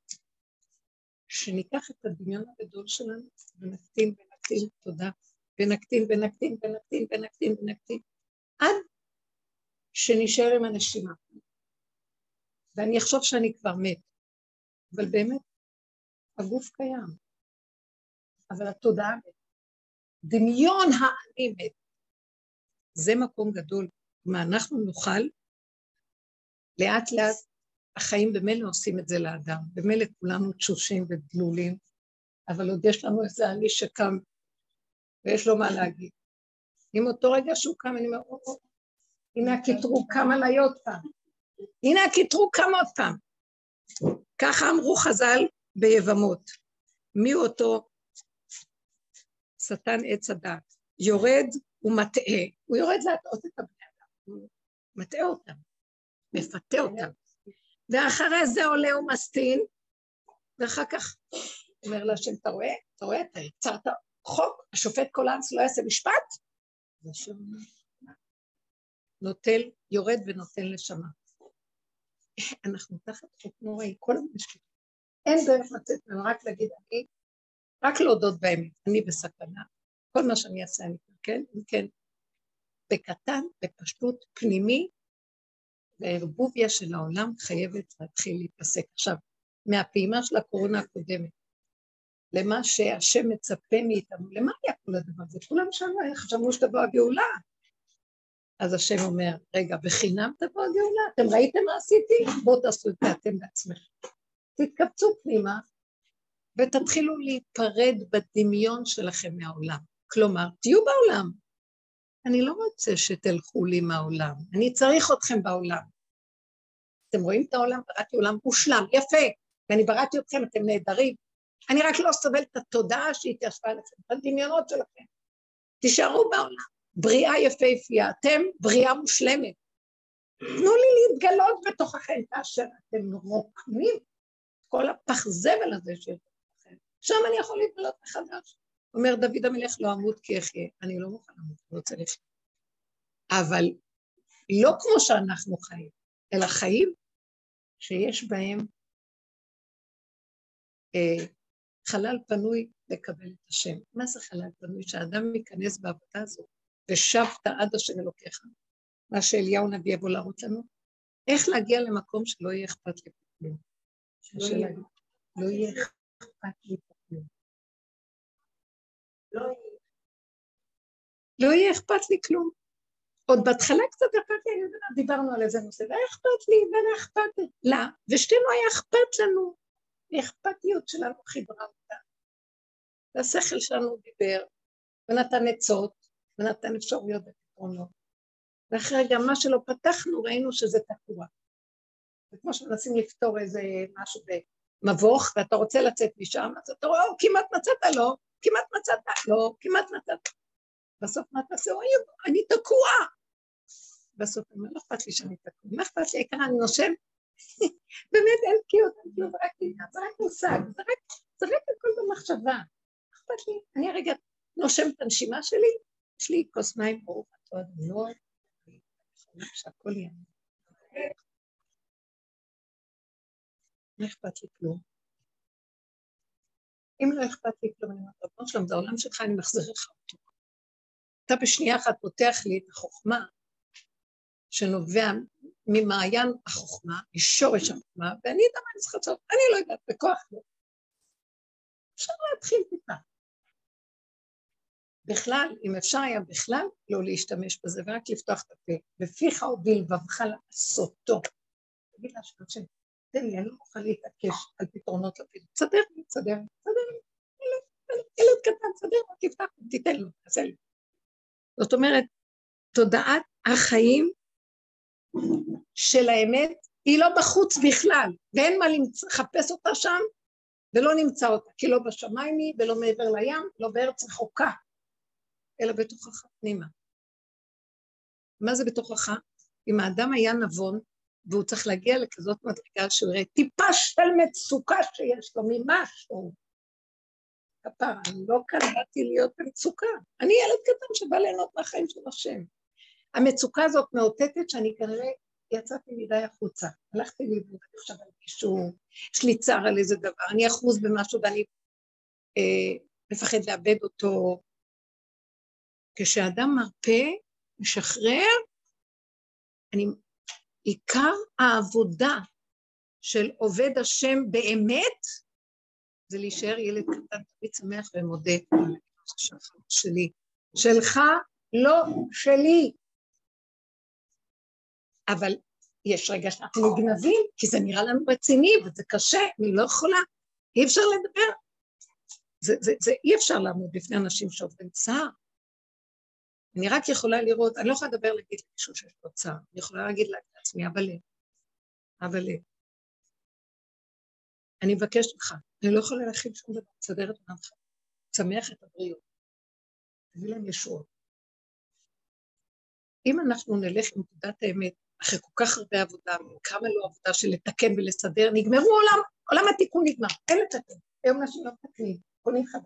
שניקח את הדמיון הגדול שלנו, ונקטין, ונקטין, תודה, ונקטין, ונקטין, ונקטין, ונקטין, ונקטין, עד שנשאר עם הנשימה. ואני אחשוב שאני כבר מת, אבל באמת, הגוף קיים. אבל התודעה מת. דמיון האני מת. זה מקום גדול. מה אנחנו נוכל, לאט לאט, החיים במילא עושים את זה לאדם. במילא כולנו תשושים ודלולים, אבל עוד יש לנו איזה אני שקם, ויש לו מה להגיד. עם אותו רגע שהוא קם, אני אומר, או, או, הנה הקטרוג כמה להיות פעם. הנה הקטרוג כמה עוד פעם. ככה אמרו חז"ל ביבמות. מי הוא אותו שטן עץ הדעת, יורד ומטעה, הוא יורד להטעות את הבני אדם, הוא מטעה אותם, מפתה אותם, ואחרי זה עולה ומסטין, ואחר כך אומר לה שם, אתה רואה? אתה רואה? אתה יצרת חוק, השופט קולנס לא יעשה משפט? נוטל, יורד ונוטל לשמה. אנחנו תחת חוק נוראי, כל המשפט. אין דרך לצאת, רק להגיד, אני, רק להודות באמת, אני בסכנה. כל מה שאני אעשה, אני כן, כן. בקטן, בפשטות, פנימי, והערבוביה של העולם חייבת להתחיל להתפסק. עכשיו, מהפעימה של הקורונה הקודמת, למה שהשם מצפה מאיתנו, למה היה כל הדבר הזה? כולם שאלו, חשבנו שתבוא הגאולה. אז השם אומר, רגע, בחינם תבוא הגאולה, אתם ראיתם מה עשיתי? בואו תעשו את זה אתם בעצמכם. תתקבצו פנימה, ותתחילו להיפרד בדמיון שלכם מהעולם. כלומר, תהיו בעולם. אני לא רוצה שתלכו לי מהעולם, אני צריך אתכם בעולם. אתם רואים את העולם? בראתי עולם מושלם, יפה, ואני בראתי אתכם, אתם נהדרים. אני רק לא סובל את התודעה שהתיישבה עליכם, את הדמיונות שלכם. תישארו בעולם. בריאה יפהפייה, אתם בריאה מושלמת. תנו לי להתגלות בתוככם, כאשר אתם רוקמים כל הפח זבל הזה שיש לכם. שם אני יכול להתגלות מחדש. אומר דוד המלך, לא אמות כי אחיה. אני לא מוכן למות, לא רוצה לחיות. אבל לא כמו שאנחנו חיים, אלא חיים שיש בהם אה, חלל פנוי לקבל את השם. מה זה חלל פנוי? שהאדם ייכנס בעבודה הזאת, ושבת עד השם אלוקיך. מה שאליהו נביא יבוא להראות לנו. איך להגיע למקום שלא יהיה אכפת לי כלום. לא יהיה אכפת לי כלום. לא יהיה אכפת לי כלום. עוד בהתחלה קצת אכפת לי, אני יודעת, דיברנו על איזה נושא, והיה אכפת לי, ואני אכפת לי. לא, ושתינו היה אכפת לנו. האכפתיות שלנו חיברה אותה. והשכל שלנו דיבר, ונתן עצות, ונתן אפשרויות בפתרונות. ואחרי גם מה שלא פתחנו, ראינו שזה תקוע. וכמו שמנסים לפתור איזה משהו במבוך, ואתה רוצה לצאת משם, אז אתה רואה, או, כמעט מצאת לו, כמעט מצאת לו, כמעט מצאת. בסוף מה תעשה? אוי, אני תקוע. בסוף אני לא אכפת לי שאני תקוע. מה אכפת לי? העיקר אני נושם. באמת אין תקיעות, אני לא רק תקיעות, זה רק מושג, זה רק הכל במחשבה. אכפת לי, אני הרגע נושם את הנשימה שלי, יש לי כוס מים ברוך, אתה יודע, לא, שהכל יהיה. לא אכפת לי כלום. אם לא אכפת לי כלום, אני אומרת, רבון שלום, זה העולם שלך, אני מחזיר לך אותו. אתה בשנייה אחת פותח לי את החוכמה, שנובע ממעיין החוכמה, משורש החוכמה, ואני יודע מה אני צריכה לעשות, אני לא יודעת, בכוח לא. אפשר להתחיל טיפה. בכלל, אם אפשר היה בכלל, לא להשתמש בזה, ורק לפתוח את הפה, בפיך ובלבבך לעשותו. תגיד לה שם, תן לי, אני לא מוכן להתעקש על פתרונות לפיד. תסדר לי, תסדר לי, תסדר לי. ילד קטן, תסדר לי, תפתח לי, תיתן לו, תעשה לי. זאת אומרת, תודעת החיים של האמת, היא לא בחוץ בכלל, ואין מה לחפש אותה שם, ולא נמצא אותה, כי לא בשמיים היא, ולא מעבר לים, לא בארץ רחוקה, אלא בתוכך פנימה. מה זה בתוכך? אם האדם היה נבון, והוא צריך להגיע לכזאת מדרגה שהוא יראה טיפה של מצוקה שיש לו ממשהו. כפרה, אני לא כאן באתי להיות במצוקה. אני ילד קטן שבא ליהנות מהחיים של השם. המצוקה הזאת מאותתת שאני כנראה יצאתי מדי החוצה. הלכתי לאיבוד, אני חושב על מישהו, יש לי צער על איזה דבר, אני אחוז במשהו ואני אה, מפחד לאבד אותו. כשאדם מרפא, משחרר, אני... עיקר העבודה של עובד השם באמת, זה להישאר ילד קטן, תמיד שמח ומודה, שלך, שלי, שלך, לא שלי. אבל יש רגע שאנחנו מגנבים, כי זה נראה לנו רציני, וזה קשה, אני לא יכולה, אי אפשר לדבר. זה, זה, זה אי אפשר לעמוד בפני אנשים שעובדים צער. אני רק יכולה לראות, אני לא יכולה לדבר להגיד למישהו שיש לו צער, אני יכולה להגיד לעצמי, אבל לב, אבל לב. אני מבקשת לך, אני לא יכולה להכין שום דבר, תסדר את עולמך, צמח את הבריאות. תביא להם ישועות. אם אנחנו נלך עם נקודת האמת, אחרי כל כך הרבה עבודה, כמה לא עבודה של לתקן ולסדר, נגמרו עולם, עולם התיקון נגמר, אין לתקן. היום נשים לא מתקנים, קונים חדש.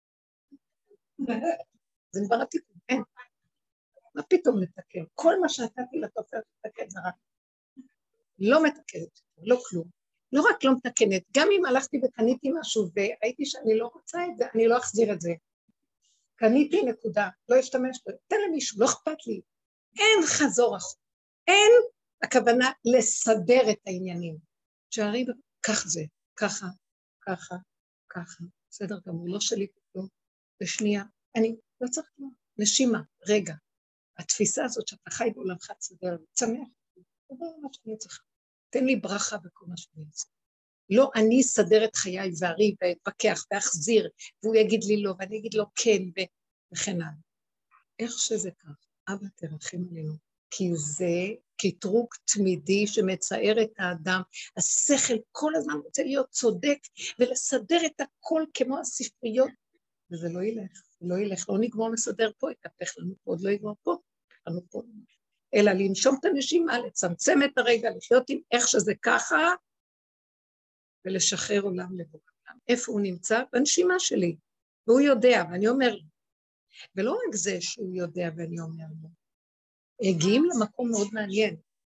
זה נגמר התיקון, אין. מה פתאום לתקן? כל מה שנתתי לתופעת לתקן זה רק. לא מתקנת, לא כלום. לא רק לא מתקנת, גם אם הלכתי וקניתי משהו והייתי שאני לא רוצה את זה, אני לא אחזיר את זה. קניתי נקודה, לא אשתמש בו, תן למישהו, לא אכפת לי. אין חזור אחר. אין הכוונה לסדר את העניינים. שערי כך זה, ככה, ככה, ככה, בסדר גמור, לא שלי כלום. בשנייה, אני לא צריך כלום. נשימה, רגע. התפיסה הזאת שאתה חי בעולמך תסדר, צמח, זה לא מה שאני צריכה. תן לי ברכה בכל מה שאני רוצה. לא אני אסדר את חיי ואריב ואתפקח ואחזיר, והוא יגיד לי לא, ואני אגיד לו כן, וכן הלאה. איך שזה כך, אבא תרחם עלינו, כי זה קטרוג תמידי שמצער את האדם, השכל כל הזמן רוצה להיות צודק, ולסדר את הכל כמו הספריות, וזה לא ילך, לא ילך, לא נגמור לסדר פה, יתהפך לנו פה, עוד לא יגמור פה, לנו פה, אלא לנשום את הנשימה, לצמצם את הרגע, לחיות עם איך שזה ככה, ולשחרר עולם לבוא עולם. איפה הוא נמצא? בנשימה שלי, והוא יודע, ואני אומר לו, ולא רק זה שהוא יודע ואני אומר לו, הגיעים למקום מאוד מעניין,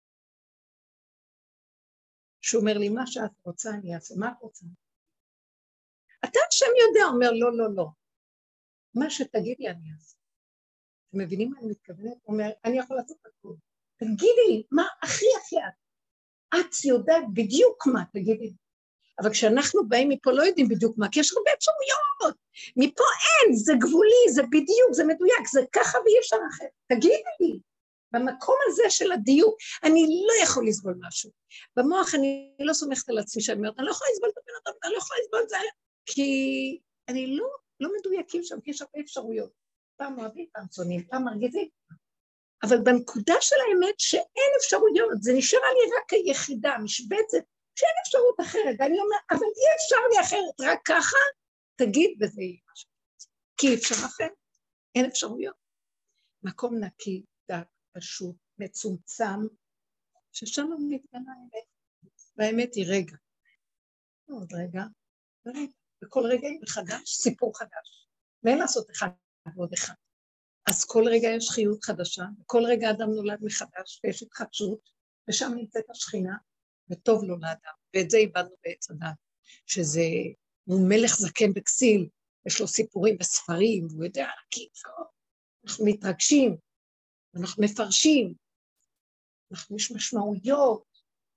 שהוא אומר לי, מה שאת רוצה אני אעשה, מה את רוצה? אתה השם יודע, אומר לא, לא, לא, מה שתגידי אני אעשה. אתם מבינים מה אני מתכוונת? הוא אומר, אני יכול לעשות הכל. תגידי לי, מה הכי הכי את? את יודעת בדיוק מה, תגידי לי. אבל כשאנחנו באים מפה לא יודעים בדיוק מה, כי יש הרבה אפשרויות. מפה אין, זה גבולי, זה בדיוק, זה מדויק, זה ככה ואי אפשר אחר. תגידי לי, במקום הזה של הדיוק, אני לא יכול לסבול משהו. במוח אני לא סומכת על עצמי, שאני אומרת, אני לא יכולה לסבול את הבן אדם, אני לא יכולה לסבול את זה, כי אני לא, לא מדויקים שם, כי יש הרבה אפשרויות. פעם אוהבים, פעם צונים, פעם מרגיזים. אבל בנקודה של האמת שאין אפשרויות, זה נשארה לי רק היחידה, משבצת, שאין אפשרות אחרת, ואני אומר, אבל אי אפשר לי אחרת, רק ככה, תגיד וזה יהיה משהו. כי אי אפשר אחרת, אין אפשרויות. מקום נקי, דק, פשוט, מצומצם, ששם מתגלה האמת, והאמת היא רגע. עוד רגע, ורגע, וכל רגע היא מחדש, סיפור חדש, ואין לעשות אחד ועוד אחד. אז כל רגע יש חיות חדשה, וכל רגע אדם נולד מחדש, ויש התחדשות, ושם נמצאת השכינה, וטוב לו לאדם, ואת זה איבדנו בעץ הדת, שזה, הוא מלך זקן בכסיל, יש לו סיפורים בספרים, והוא יודע, כי אנחנו מתרגשים, אנחנו מפרשים, אנחנו יש משמעויות,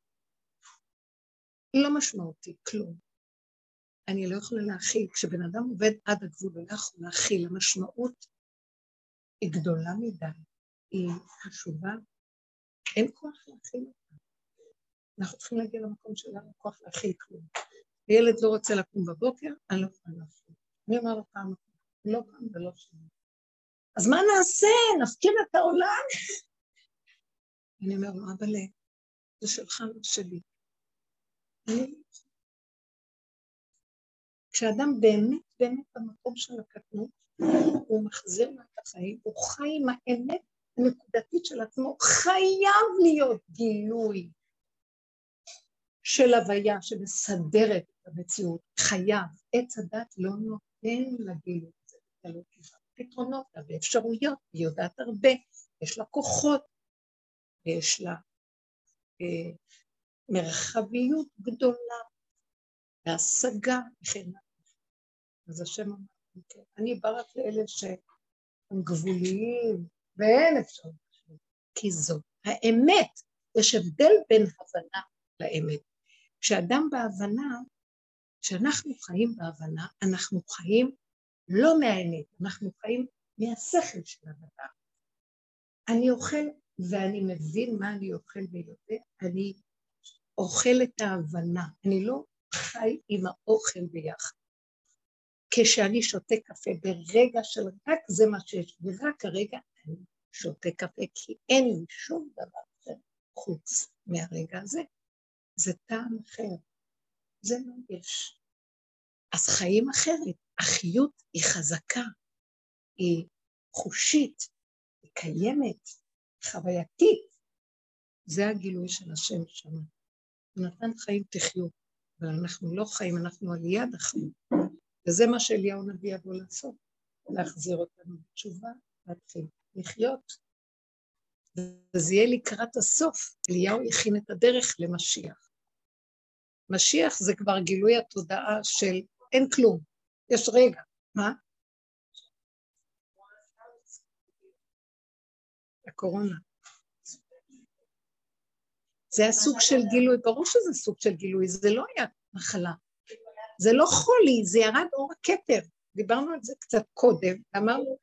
לא משמעותי, כלום. אני לא יכולה להכיל, כשבן אדם עובד עד הגבול, לא יכול להכיל, המשמעות היא גדולה מדי, היא חשובה, אין כוח להכיל אותה. אנחנו צריכים להגיע למקום שלנו, כוח להכיל כלום. הילד לא רוצה לקום בבוקר, אני לא יכולה להכיל. אני אומר לו פעם, לא פעם ולא שני. אז מה נעשה? נפקיר את העולם? אני אומר לו, אבל זה שלך לא שלי. כשאדם באמת, באמת במקום של הקטנות, הוא מחזיר לה את החיים, הוא חי עם האמת הנקודתית של עצמו, חייב להיות גילוי של הוויה שמסדרת את המציאות, חייב. עץ הדת לא נותן לגילוי הזה, פתרונות, הרבה אפשרויות, היא יודעת הרבה, יש לה כוחות, יש לה אה, מרחביות גדולה, והשגה, וכן. אז השם אמר, אני בא רק לאלה שהם גבוליים, ואין אפשרות, כי זו האמת, יש הבדל בין הבנה לאמת. כשאדם בהבנה, כשאנחנו חיים בהבנה, אנחנו חיים לא מהאמת, אנחנו חיים מהשכל של הדבר. אני אוכל ואני מבין מה אני אוכל ויודע, אני אוכל את ההבנה, אני לא חי עם האוכל ביחד. כשאני שותה קפה ברגע של רק זה מה שיש, ורק הרגע אני שותה קפה, כי אין לי שום דבר אחר חוץ מהרגע הזה. זה טעם אחר, זה לא יש. אז חיים אחרת, החיות היא חזקה, היא חושית, היא קיימת, חווייתית. זה הגילוי של השם שם. הוא נתן חיים תחיו, אבל אנחנו לא חיים, אנחנו על יד החיים. וזה מה שאליהו נביא יבוא לעשות, להחזיר אותנו בתשובה, להתחיל לחיות. וזה יהיה לקראת הסוף, אליהו יכין את הדרך למשיח. משיח זה כבר גילוי התודעה של אין כלום, יש רגע, מה? הקורונה. זה הסוג של גילוי, ברור שזה סוג של גילוי, זה לא היה מחלה, זה לא חולי, זה ירד אור הכתר, דיברנו על זה קצת קודם, אמרנו,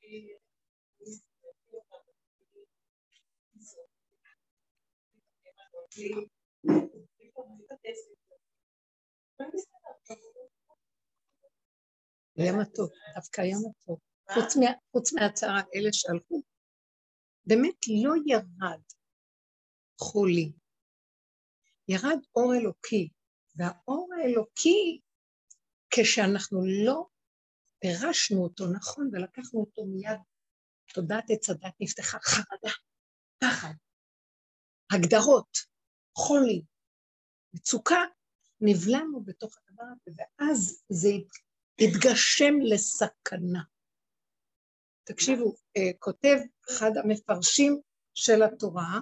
היה מתוק, דווקא היה מתוק, חוץ, מה, חוץ מהצער אלה שהלכו, באמת לא ירד חולי, ירד אור אלוקי, והאור האלוקי, כשאנחנו לא פירשנו אותו נכון, ולקחנו אותו מיד, תודעת עץ הדת נפתחה, חרדה, פחד, הגדרות, חולי, מצוקה, נבלענו בתוך הדבר הזה, ואז זה התגשם לסכנה. תקשיבו, כותב אחד המפרשים של התורה,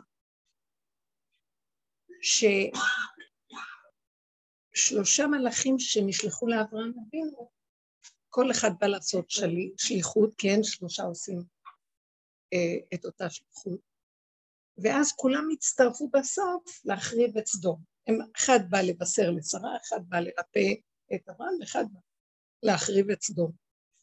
ששלושה מלאכים שנשלחו לאברהם אבינו, כל אחד בא לעשות שלי, שליחות, כי אין שלושה עושים אה, את אותה שליחות, ואז כולם הצטרפו בסוף להחריב את סדום. הם, אחד בא לבשר לשרה, אחד בא לרפא את אברהם, ואחד בא להחריב את סדום.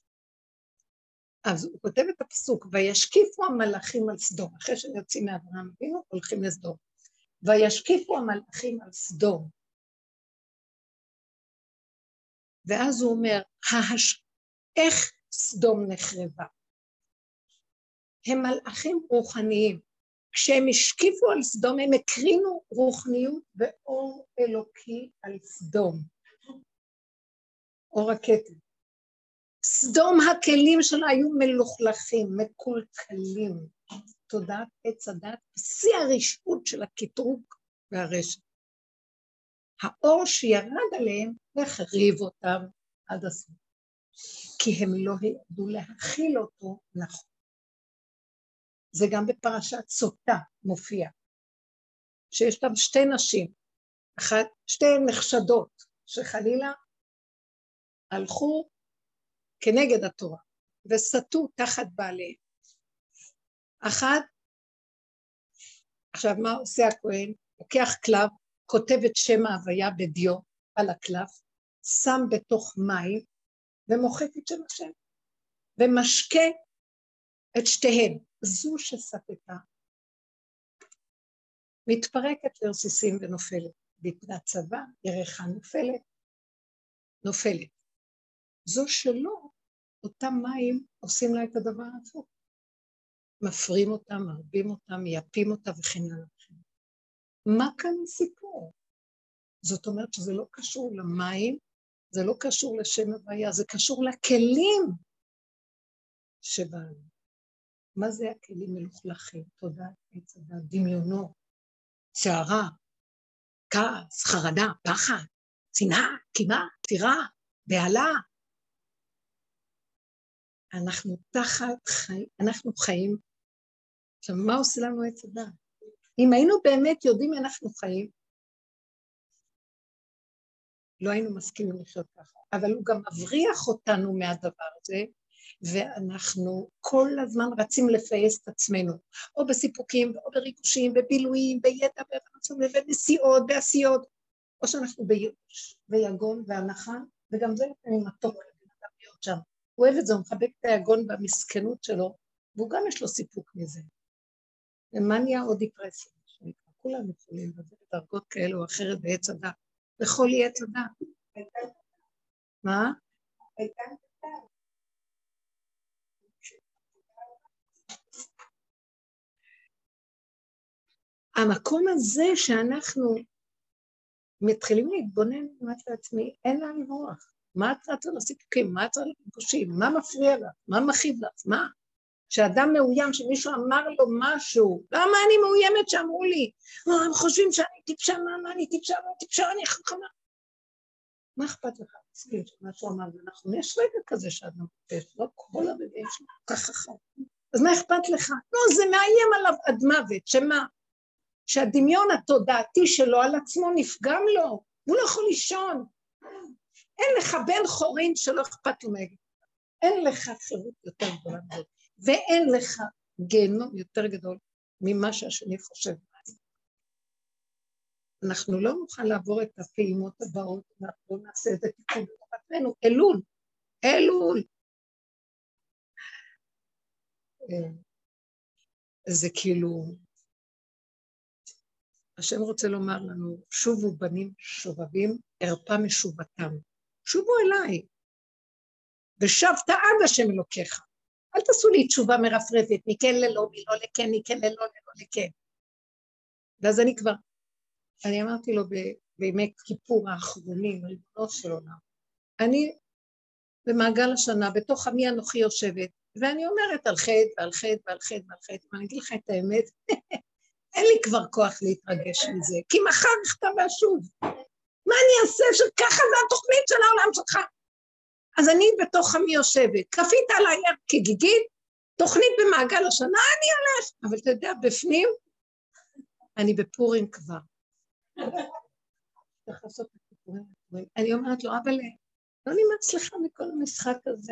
אז הוא כותב את הפסוק, וישקיפו המלאכים על סדום, אחרי שהם יוצאים מאברהם אבינו, הולכים לסדום. וישקיפו המלאכים על סדום. ואז הוא אומר, ההש... איך סדום נחרבה? הם מלאכים רוחניים. כשהם השקיפו על סדום, הם הקרינו רוחניות ואור אלוקי על סדום. אור הכתר. סדום הכלים שלה היו מלוכלכים, מקולקלים. תודעת עץ הדת, שיא הרשעות של הקטרוג והרשת. האור שירד עליהם, החריב אותם עד הסוף. כי הם לא ידעו להכיל אותו נכון. זה גם בפרשת סוטה מופיע, שיש שם שתי נשים, אחת, שתי נחשדות, שחלילה הלכו כנגד התורה, וסטו תחת בעליהם. אחת, עכשיו מה עושה הכהן? לוקח קלף, כותב את שם ההוויה בדיו על הקלף, שם בתוך מים, ומוחק את שם השם, ומשקה את שתיהן. זו שספתה, מתפרקת לרסיסים ונופלת, בפני הצבא, ירחה נופלת, נופלת. זו שלא, אותם מים עושים לה את הדבר הזה. מפרים אותם, מרבים אותם, מייפים אותם וכן הלאה. מה כאן הסיפור? זאת אומרת שזה לא קשור למים, זה לא קשור לשם הוויה, זה קשור לכלים שבאנו. מה זה הכלים מלוכלכים? תודה, עץ הדת, דמיונו, שערה, כעס, חרדה, פחד, שנאה, קימה, תירה, בהלה. אנחנו תחת חיים, אנחנו חיים. עכשיו, מה עושה לנו עץ הדת? אם היינו באמת יודעים אנחנו חיים, לא היינו מסכימים לחיות ככה, אבל הוא גם מבריח אותנו מהדבר הזה, ואנחנו כל הזמן רצים לפייס את עצמנו, או בסיפוקים, או בריגושים, בבילויים, בידע, בנסיעות, בעשיות, או שאנחנו בייאוש, ויגון והנחה, וגם זה לפעמים מתוק להיות שם. הוא אוהב את זה, הוא מחבק את היגון במסכנות שלו, והוא גם יש לו סיפוק מזה. ומניה או דיפרסיה, כולם יכולים לדעת דרגות כאלו או אחרת בעץ הדת, בכל עץ הדת. מה? המקום הזה שאנחנו מתחילים להתבונן ממש לעצמי, אין לה לברוח. מה את רצה לסיפוקים? מה את רצה לסיפוקים? מה מפריע לך? מה מכאיב לך? מה? כשאדם מאוים, שמישהו אמר לו משהו, למה אני מאוימת שאמרו לי? או, הם חושבים שאני טיפשה, מה אני טיפשה, מה טיפשה, אני חכמה. מה אכפת לך? תסביר מה שהוא אמר, אנחנו יש רגע כזה שאדם טיפש, לא כל הרגעים שלו כך חכם. אז מה אכפת לך? לא, זה מאיים עליו עד מוות, שמה? שהדמיון התודעתי שלו על עצמו נפגם לו, הוא לא יכול לישון. אין לך בן חורין שלא אכפת לו מהגד. אין לך חירות יותר גדולה מזאת, ואין לך גיהנום יותר גדול ממה שהשני חושב. אנחנו לא נוכל לעבור את הפעימות הבאות, אנחנו לא נעשה את זה תיקון בתוכנו, אלול, אלול. זה כאילו, השם רוצה לומר לנו, שובו בנים שובבים, ערפה משובתם. שובו אליי, ושבת עד השם אלוקיך. אל תעשו לי תשובה מרפרפת, מכן ללא, מלא לכן, מכן ללא, ללא לכן. ואז אני כבר, אני אמרתי לו ב, בימי כיפור האחרונים, ריבונו של עולם, אני במעגל השנה, בתוך עמי אנוכי יושבת, ואני אומרת על חטא ועל חטא ועל חטא ועל חטא, ואני אגיד לך את האמת, אין לי כבר כוח להתרגש מזה, כי מחר נכתב והשוב. מה אני אעשה שככה זה התוכנית של העולם שלך? אז אני בתוך עמי יושבת, כפית עליי כגיגית, תוכנית במעגל השנה, אני הולך, אבל אתה יודע, בפנים, אני בפורים כבר. אני אומרת לו, אבל לא נמאס לך מכל המשחק הזה.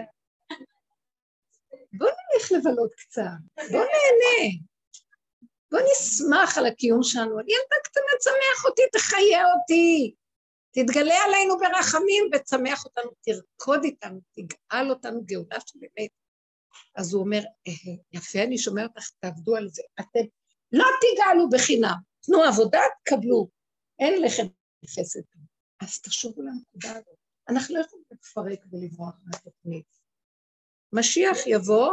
בוא נלך לבלות קצת, בוא נהנה, בוא נשמח על הקיום שלנו, אני ילדה קטנה, תשמח אותי, תחיה אותי, תתגלה עלינו ברחמים ותשמח אותנו, תרקוד איתנו, תגאל אותנו גאולה של באמת. אז הוא אומר, יפה, אני שומע אותך, תעבדו על זה, אתם לא תגאלו בחינם, תנו עבודה, תקבלו, אין לכם חסד. אז תשובו לנקודה הזאת, אנחנו לא יכולים לפרק ולברוח מהתוכנית. משיח יבוא,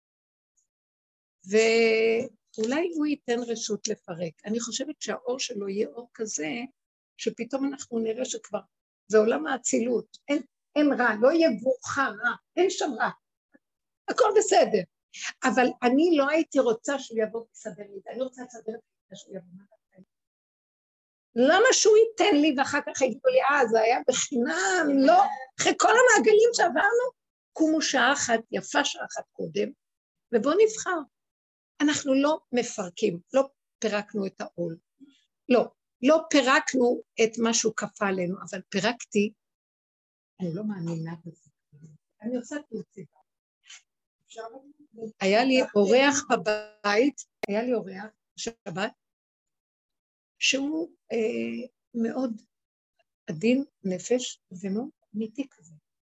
ואולי הוא ייתן רשות לפרק. אני חושבת שהאור שלו יהיה אור כזה, שפתאום אנחנו נראה שכבר, זה עולם האצילות, אין, אין רע, לא יהיה ברוכה רע, אין שם רע, הכל בסדר. אבל אני לא הייתי רוצה שהוא יבוא לסדר לי, אני רוצה לסדר את זה שהוא יבוא מה דרכי. למה שהוא ייתן לי ואחר כך יגידו לי, אה, זה היה בחינם, לא, אחרי כל המעגלים שעברנו, קומו שעה אחת, יפה שעה אחת קודם, ובוא נבחר. אנחנו לא מפרקים, לא פירקנו את העול, לא. לא פירקנו את מה שהוא כפה עלינו, אבל פירקתי, אני לא מאמינה בזה. אני עושה תוציבה. היה לי אורח בבית, היה לי אורח בשבת, שהוא אה, מאוד עדין נפש, ומאוד אמיתי כזה.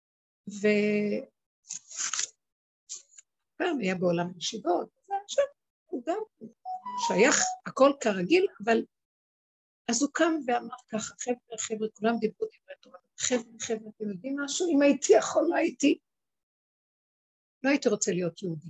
ופעם היה בעולם הישיבות, ועכשיו הוא גם שייך הכל כרגיל, אבל אז הוא קם ואמר ככה, חבר'ה, חבר'ה, כולם דיברו דברי תורה, חבר'ה, חבר'ה, אתם יודעים משהו? אם הייתי יכול, לא הייתי, לא הייתי רוצה להיות יהודי.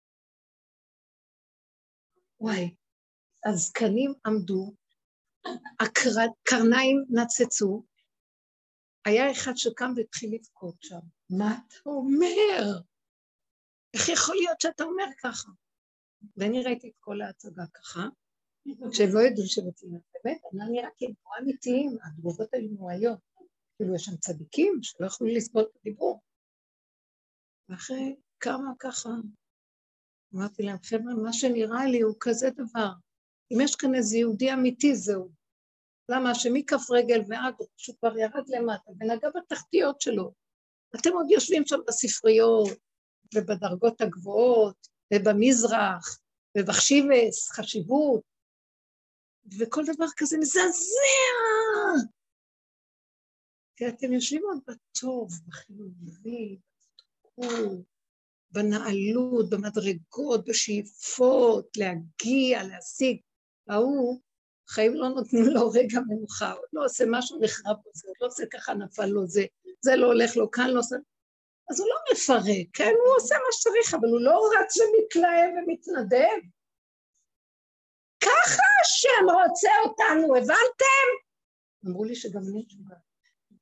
וואי, הזקנים עמדו, הקרניים נצצו, היה אחד שקם והתחיל לבכות שם. מה אתה אומר? איך יכול להיות שאתה אומר ככה? ואני ראיתי את כל ההצגה ככה, כשהם לא ידעו שבצילים, באמת, אני נראה כי הם פה אמיתיים, התגובות האלה נוראיות, כאילו יש שם צדיקים שלא יכולו לסבול את הדיבור. ואחרי כמה ככה, אמרתי להם, חבר'ה, מה שנראה לי הוא כזה דבר, אם יש כאן איזה יהודי אמיתי זהו, למה שמכף רגל ועד, שהוא כבר ירד למטה, ונגע בתחתיות שלו, אתם עוד יושבים שם בספריות, ובדרגות הגבוהות, ובמזרח, ובחשיבס, חשיבות, וכל דבר כזה מזעזע. כי אתם יושבים עוד בטוב, בחיובי, בתקור, בנעלות, במדרגות, בשאיפות, להגיע, להשיג. ההוא, חיים לא נותנים לו רגע מנוחה, הוא לא עושה משהו נחרב לו זה, הוא לא עושה ככה נפל לו זה, זה לא הולך לו, כאן לא עושה... אז הוא לא מפרק, כן, הוא עושה מה שצריך, אבל הוא לא רץ ומתלהב ומתנדב. ככה השם רוצה אותנו, הבנתם? אמרו לי שגם אני תשובה.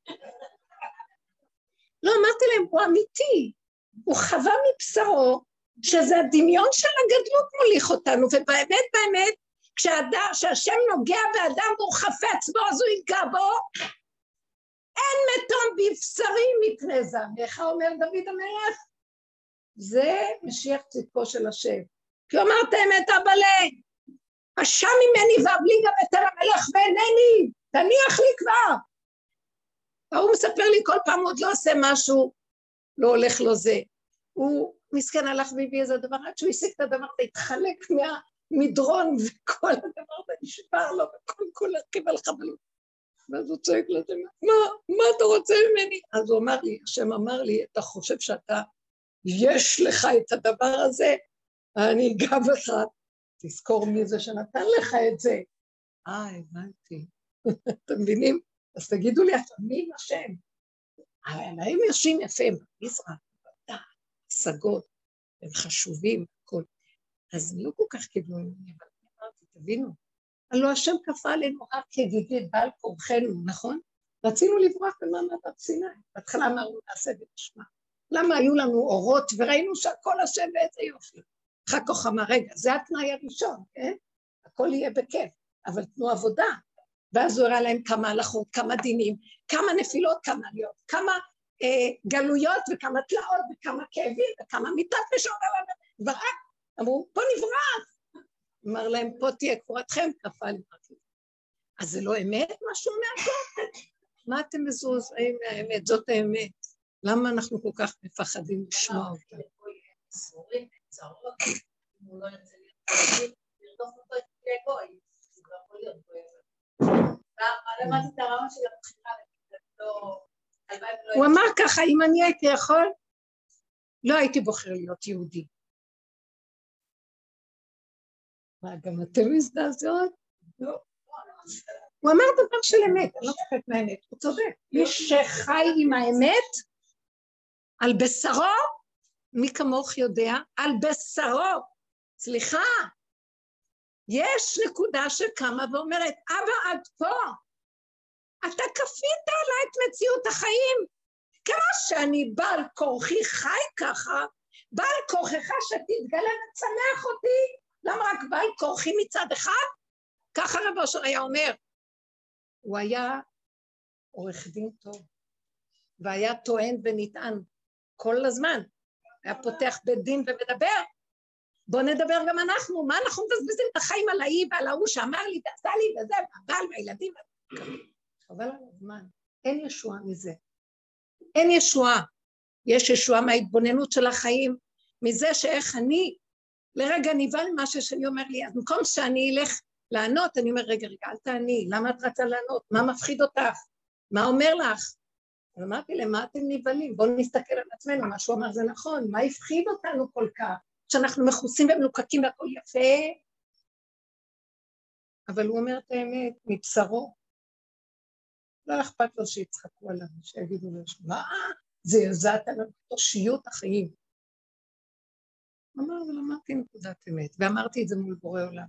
לא, אמרתי להם, הוא אמיתי, הוא חווה מבשרו, שזה הדמיון של הגדלות מוליך אותנו, ובאמת באמת, כשהאדם, כשהשם נוגע באדם והוא חפץ בו, אז הוא ייגע בו, אין מתום בבשרי מפני זעם. איך אומר דוד המלך? זה משיח צדקו של השם. כי הוא אמר את האמת, אבאלה, השם ממני ואבלי גם את המלך ואינני, תניח לי כבר. והוא מספר לי כל פעם, עוד לא עושה משהו, לא הולך לו זה. הוא מסכן הלך והביא איזה דבר, עד שהוא השיג את הדבר, זה התחלק מהמדרון, וכל הדבר הזה נשבר לו, וכל כל הרכיב על חבלות. ואז הוא צועק לזה, מה, מה אתה רוצה ממני? אז הוא אמר לי, השם אמר לי, אתה חושב שאתה, יש לך את הדבר הזה, אני אגע בך, תזכור מי זה שנתן לך את זה. אה, הבנתי. אתם מבינים? אז תגידו לי, מי השם? הם יושבים יפים, מזרח, השגות, הם חשובים, הכל. אז לא כל כך קיבלו ממני, אבל אמרתי, תבינו, הלוא השם כפה עלינו רק כגיגית בעל כורחנו, נכון? רצינו לברוח במעמד הר סיני, בהתחלה אמרנו נעשה ונשמע. למה היו לנו אורות וראינו שהכל השם ואיזה יופי. אחר כך אמר, רגע, זה התנאי הראשון, כן? הכל יהיה בכיף, אבל תנו עבודה. ואז הוא הראה להם כמה הלכות, כמה דינים, כמה נפילות, כמה עליות, כמה אה, גלויות וכמה תלאות וכמה כאבים וכמה מיטת ושעות על הדבר. אמרו, פה נברח. אמר להם, פה תהיה קורתכם, כפה לברכי. אז זה לא אמת מה שהוא אומר פה? מה אתם מזועזעים מהאמת? זאת האמת. למה אנחנו כל כך מפחדים לשמוע אותה? סורים, צרות, אם הוא לא ירצה להיות, לרדוף אותו את כלי גוי, הוא לא יכול להיות גוי. למדתי את הרעיון של הבחירה, הוא אמר ככה, אם אני הייתי יכול, לא הייתי בוחר להיות יהודי. מה, גם אתם מזדעזעות? לא. הוא אמר דבר של אמת, אני לא חושבת מהאמת, הוא צודק. מי שחי עם האמת, על בשרו, מי כמוך יודע, על בשרו, סליחה, יש נקודה שקמה ואומרת, אבא עד פה, אתה כפית עליי את מציאות החיים, כמו שאני בעל כורחי חי ככה, בעל כורחך שתתגלה וצמח אותי, למה רק בעל כורחי מצד אחד? ככה רב אושר היה אומר, הוא היה עורך דין טוב, והיה טוען ונטען כל הזמן, היה פותח בית דין ומדבר, בוא נדבר גם אנחנו, מה אנחנו מבזבזים את החיים על האי ועל ההוא שאמר לי, תעשה לי וזה, והבעל והילדים, אבל על הזמן, אין ישועה מזה, אין ישועה, יש ישועה מההתבוננות של החיים, מזה שאיך אני, לרגע נבהל משהו שאני אומר לי, אז במקום שאני אלך לענות, אני אומר, רגע, רגע, אל תעני, למה את רצה לענות, מה מפחיד אותך, מה אומר לך? אמרתי להם, מה אתם נבהלים? בואו נסתכל על עצמנו, מה שהוא אמר זה נכון, מה הפחיד אותנו כל כך? שאנחנו מחוסים ומלוקקים והכל יפה, אבל הוא אומר את האמת, מבשרו. לא אכפת לו שיצחקו עליו, שיגידו לו, מה? זה יזעת על תושיות החיים. אמר, אבל אמרתי נקודת אמת, ואמרתי את זה מול בורא עולם.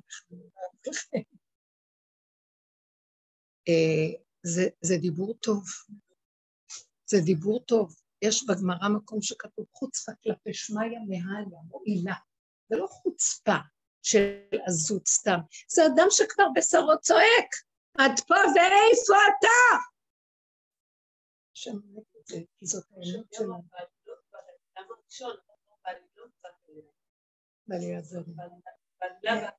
זה, זה דיבור טוב, זה דיבור טוב. יש בגמרא מקום שכתוב חוצפה כלפי שמיה מהליה, מועילה. זה לא חוצפה של עזות סתם, זה אדם שכבר בשרו צועק, עד פה ואיפה אתה? שמעת את זה, כי זאת האמת שלנו. למה ראשון, אבל לא קצת ואני אעזור. למה?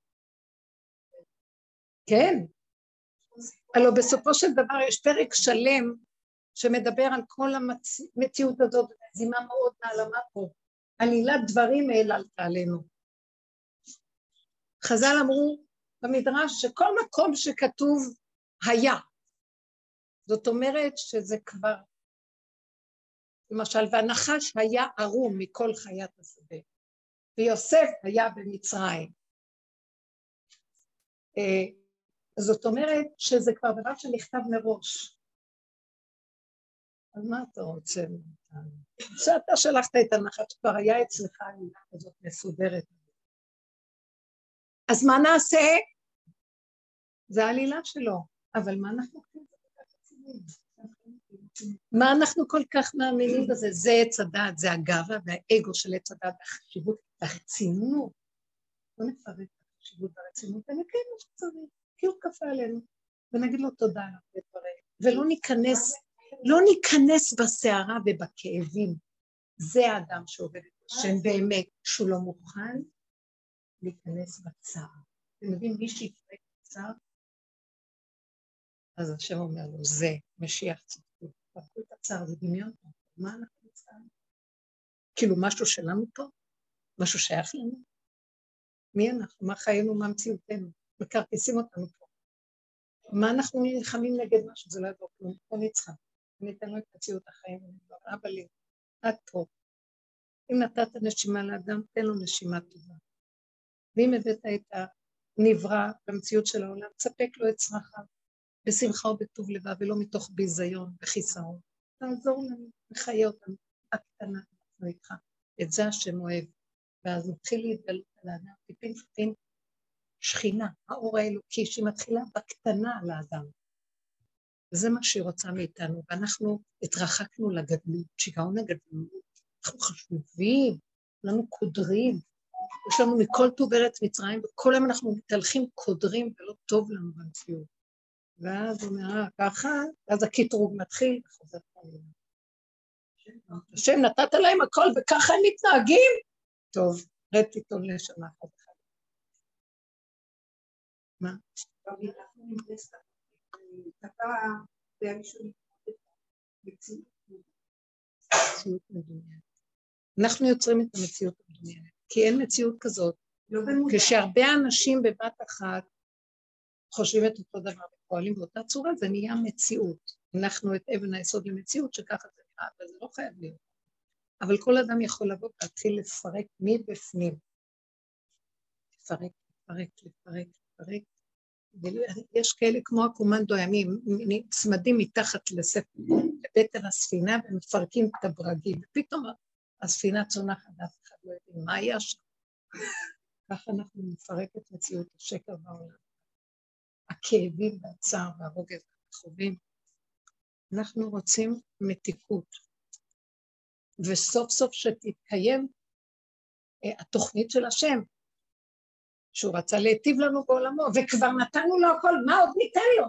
כן. הלוא בסופו של דבר יש פרק שלם שמדבר על כל המציאות הזאת, זימה מאוד נעלמה פה, עלילת דברים העללת עלינו. חז"ל אמרו במדרש שכל מקום שכתוב היה, זאת אומרת שזה כבר, למשל, והנחש היה ערום מכל חיית השדה, ויוסף היה במצרים. זאת אומרת שזה כבר דבר שנכתב מראש. אז מה אתה רוצה? שאתה שלחת את הנחש, כבר היה אצלך העלילה הזאת מסודרת. אז מה נעשה? זה העלילה שלו, אבל מה אנחנו חושבים? מה אנחנו כל כך מאמינים בזה? זה עץ הדעת, זה הגאווה והאגו של עץ הדעת, החשיבות והרצינות. לא נפרט את החשיבות והרצינות, ונקיים מה שצריך, כי הוא כפה עלינו, ונגיד לו תודה עליו ודברים, ולא ניכנס, לא ניכנס בסערה ובכאבים. זה האדם שעובד את השם באמת, שהוא לא מוכן להיכנס בצער. אתם מבינים, מי שיפרק בצער, אז השם אומר לו, זה משיח צדקות. פרקו את הצער, זה דמיון פה. מה אנחנו מצטערים? כאילו משהו שלנו פה? משהו שייך לנו? מי אנחנו? מה חיינו? מה מציאותנו? מקרקסים אותנו פה. מה אנחנו נלחמים נגד משהו? זה לא יבוא כלום. פה נצחה. אני אתן לו את מציאות החיים. אבא לי, את פה. אם נתת נשימה לאדם, תן לו נשימה טובה. ואם הבאת את הנברא במציאות של העולם, תספק לו את צרכיו. בשמחה ובטוב לבב, ולא מתוך ביזיון וחיסרון. תעזור לנו, וחיה אותנו, הקטנה, אנחנו איתך. את זה השם אוהב. ואז מתחיל להתגלות על האדם, טיפין טיפין, שכינה, האור האלוקי, שהיא מתחילה בקטנה על האדם. וזה מה שהיא רוצה מאיתנו, ואנחנו התרחקנו לגדלות, שיגעון הגדלות, אנחנו חשובים, לנו קודרים, יש לנו מכל טוב ארץ מצרים, וכל יום אנחנו מתהלכים קודרים, ולא טוב לנו במציאות. ואז הוא אומר, אה, ככה, ואז הקטרוג מתחיל, וחוזר פעמים. השם נתת להם הכל, וככה הם מתנהגים? טוב, רד תיתון לשנה אחת אחת. מה? אנחנו נמדס ככה, והראשון מציאות מדומיינת. אנחנו יוצרים את המציאות המדומיינת, כי אין מציאות כזאת. כשהרבה אנשים בבת אחת חושבים את אותו דבר ופועלים באותה צורה, זה נהיה מציאות. אנחנו את אבן היסוד למציאות שככה זה נראה, אבל זה לא חייב להיות. אבל כל אדם יכול לבוא להתחיל לפרק מבפנים. לפרק, לפרק, לפרק, לפרק. ויש כאלה כמו הקומנדו הימים, צמדים מתחת לספר, לבטן הספינה, ומפרקים את הברגים. ופתאום הספינה צונחת, אף אחד לא יודעים מה היה שם. ככה אנחנו נפרק את מציאות השקר בעולם. הכאבים והצער והרוגז והחובים. אנחנו רוצים מתיקות. וסוף סוף שתתקיים התוכנית של השם, שהוא רצה להיטיב לנו בעולמו, וכבר נתנו לו הכל, מה עוד ניתן לו?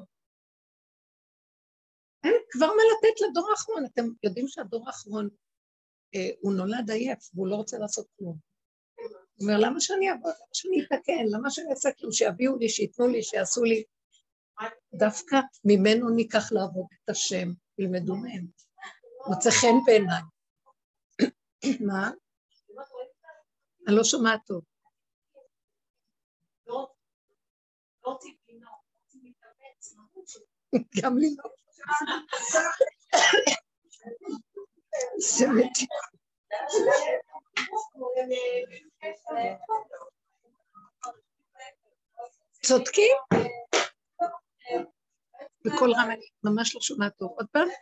אין כבר מה לתת לדור האחרון, אתם יודעים שהדור האחרון, אה, הוא נולד עייף, והוא לא רוצה לעשות כלום. הוא אומר, למה שאני אעבוד? למה שאני אתקן? למה שאני אעשה כלום? שיביאו לי, שיתנו לי, שיעשו לי. דווקא ממנו ניקח לעבוד את השם, ילמדו מהם. מוצא חן בעיניי. מה? אני לא שומעת טוב. גם לי לא. זה מתיק. צודקים? בכל רם אני ממש לא שומעת טוב. עוד פעם?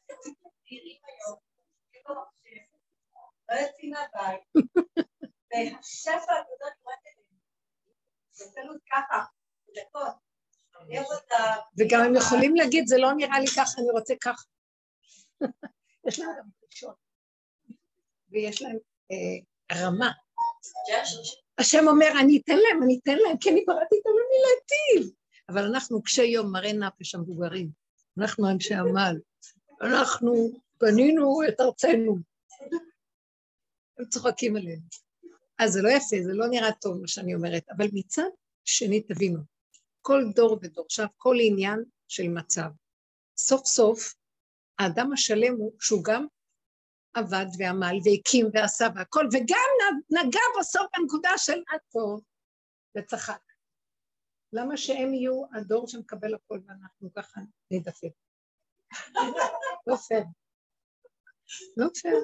לא יוצאים מהבית, והשפע הגדול נראית אליהם. זה תלוי ככה, דקות. וגם הם יכולים להגיד, זה לא נראה לי ככה, אני רוצה ככה. יש להם גם פרישות. ויש להם רמה. השם אומר, אני אתן להם, אני אתן להם, כי אני בראתי איתם אני להטיב. אבל אנחנו קשי יום מראה נפש המבוגרים. אנחנו אנשי עמל. אנחנו בנינו את ארצנו. הם צוחקים עליהם. אז זה לא יפה, זה לא נראה טוב מה שאני אומרת, אבל מצד שני תבינו, כל דור ודור, עכשיו כל עניין של מצב. סוף סוף, האדם השלם הוא שהוא גם עבד ועמל והקים ועשה והכל, וגם נגע בסוף בנקודה של הטוב וצחק. למה שהם יהיו הדור שמקבל הכל ואנחנו ככה נדפק? לא פייר. לא פייר.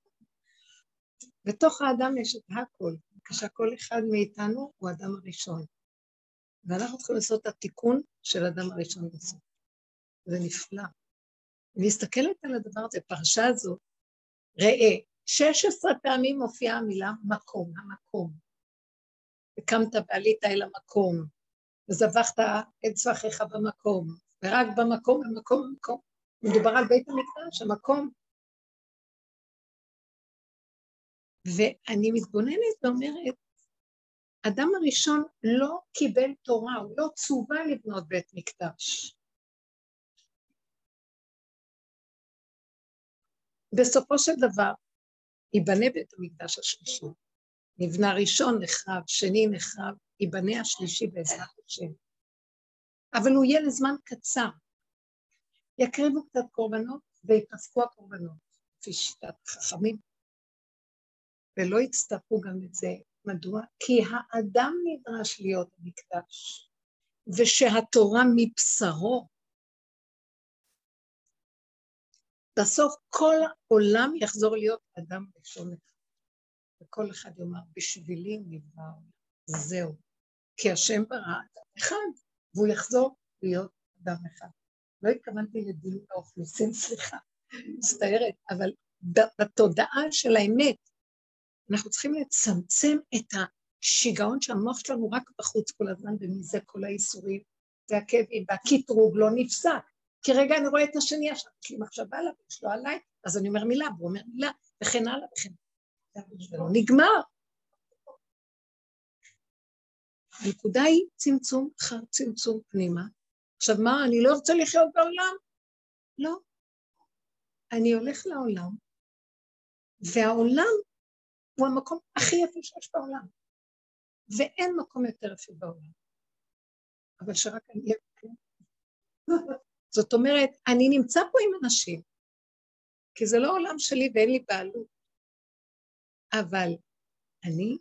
בתוך האדם יש את הכל, כשכל אחד מאיתנו הוא האדם הראשון. ואנחנו צריכים לעשות את התיקון של האדם הראשון בסוף. זה נפלא. אני מסתכלת על הדבר הזה, פרשה הזאת, ראה, שש עשרה פעמים מופיעה המילה מקום, המקום. וקמת ועלית אל המקום, וזבחת את צרכיך במקום, ורק במקום, במקום, במקום. מדובר על בית המקדש, המקום. ואני מתבוננת ואומרת, אדם הראשון לא קיבל תורה, הוא לא צובה לבנות בית מקדש. בסופו של דבר, ייבנה בית המקדש השלישי. נבנה ראשון נחרב, שני נחרב, ייבנה השלישי בעזרת השם. אבל הוא יהיה לזמן קצר. יקריבו קצת קורבנות ויפסקו הקורבנות, לפי שיטת חכמים. ולא יצטרכו גם את זה. מדוע? כי האדם נדרש להיות המקדש, ושהתורה מבשרו. בסוף כל העולם יחזור להיות אדם ראשון אחד. וכל אחד יאמר, בשבילי נברא, זהו. כי השם ברא אדם אחד, והוא יחזור להיות אדם אחד. לא התכוונתי לדילול האוכלוסין, סליחה, מצטערת, אבל בתודעה של האמת, אנחנו צריכים לצמצם את השיגעון שהמוח שלנו רק בחוץ כל הזמן, ומזה כל האיסורים והכאבים, והקיטרוג לא נפסק. כי רגע אני רואה את השני, עכשיו יש לי מחשבה עליו, יש לו עליי, אז אני אומר מילה, והוא אומר מילה, וכן הלאה, וכן הלאה. זה לא נגמר. הנקודה היא צמצום אחר צמצום פנימה. עכשיו מה, אני לא רוצה לחיות בעולם? לא. אני הולך לעולם, והעולם הוא המקום הכי יפה שיש בעולם. ואין מקום יותר יפה בעולם. אבל שרק אני אהיה פה. זאת אומרת, אני נמצא פה עם אנשים, כי זה לא עולם שלי ואין לי בעלות. אבל אני,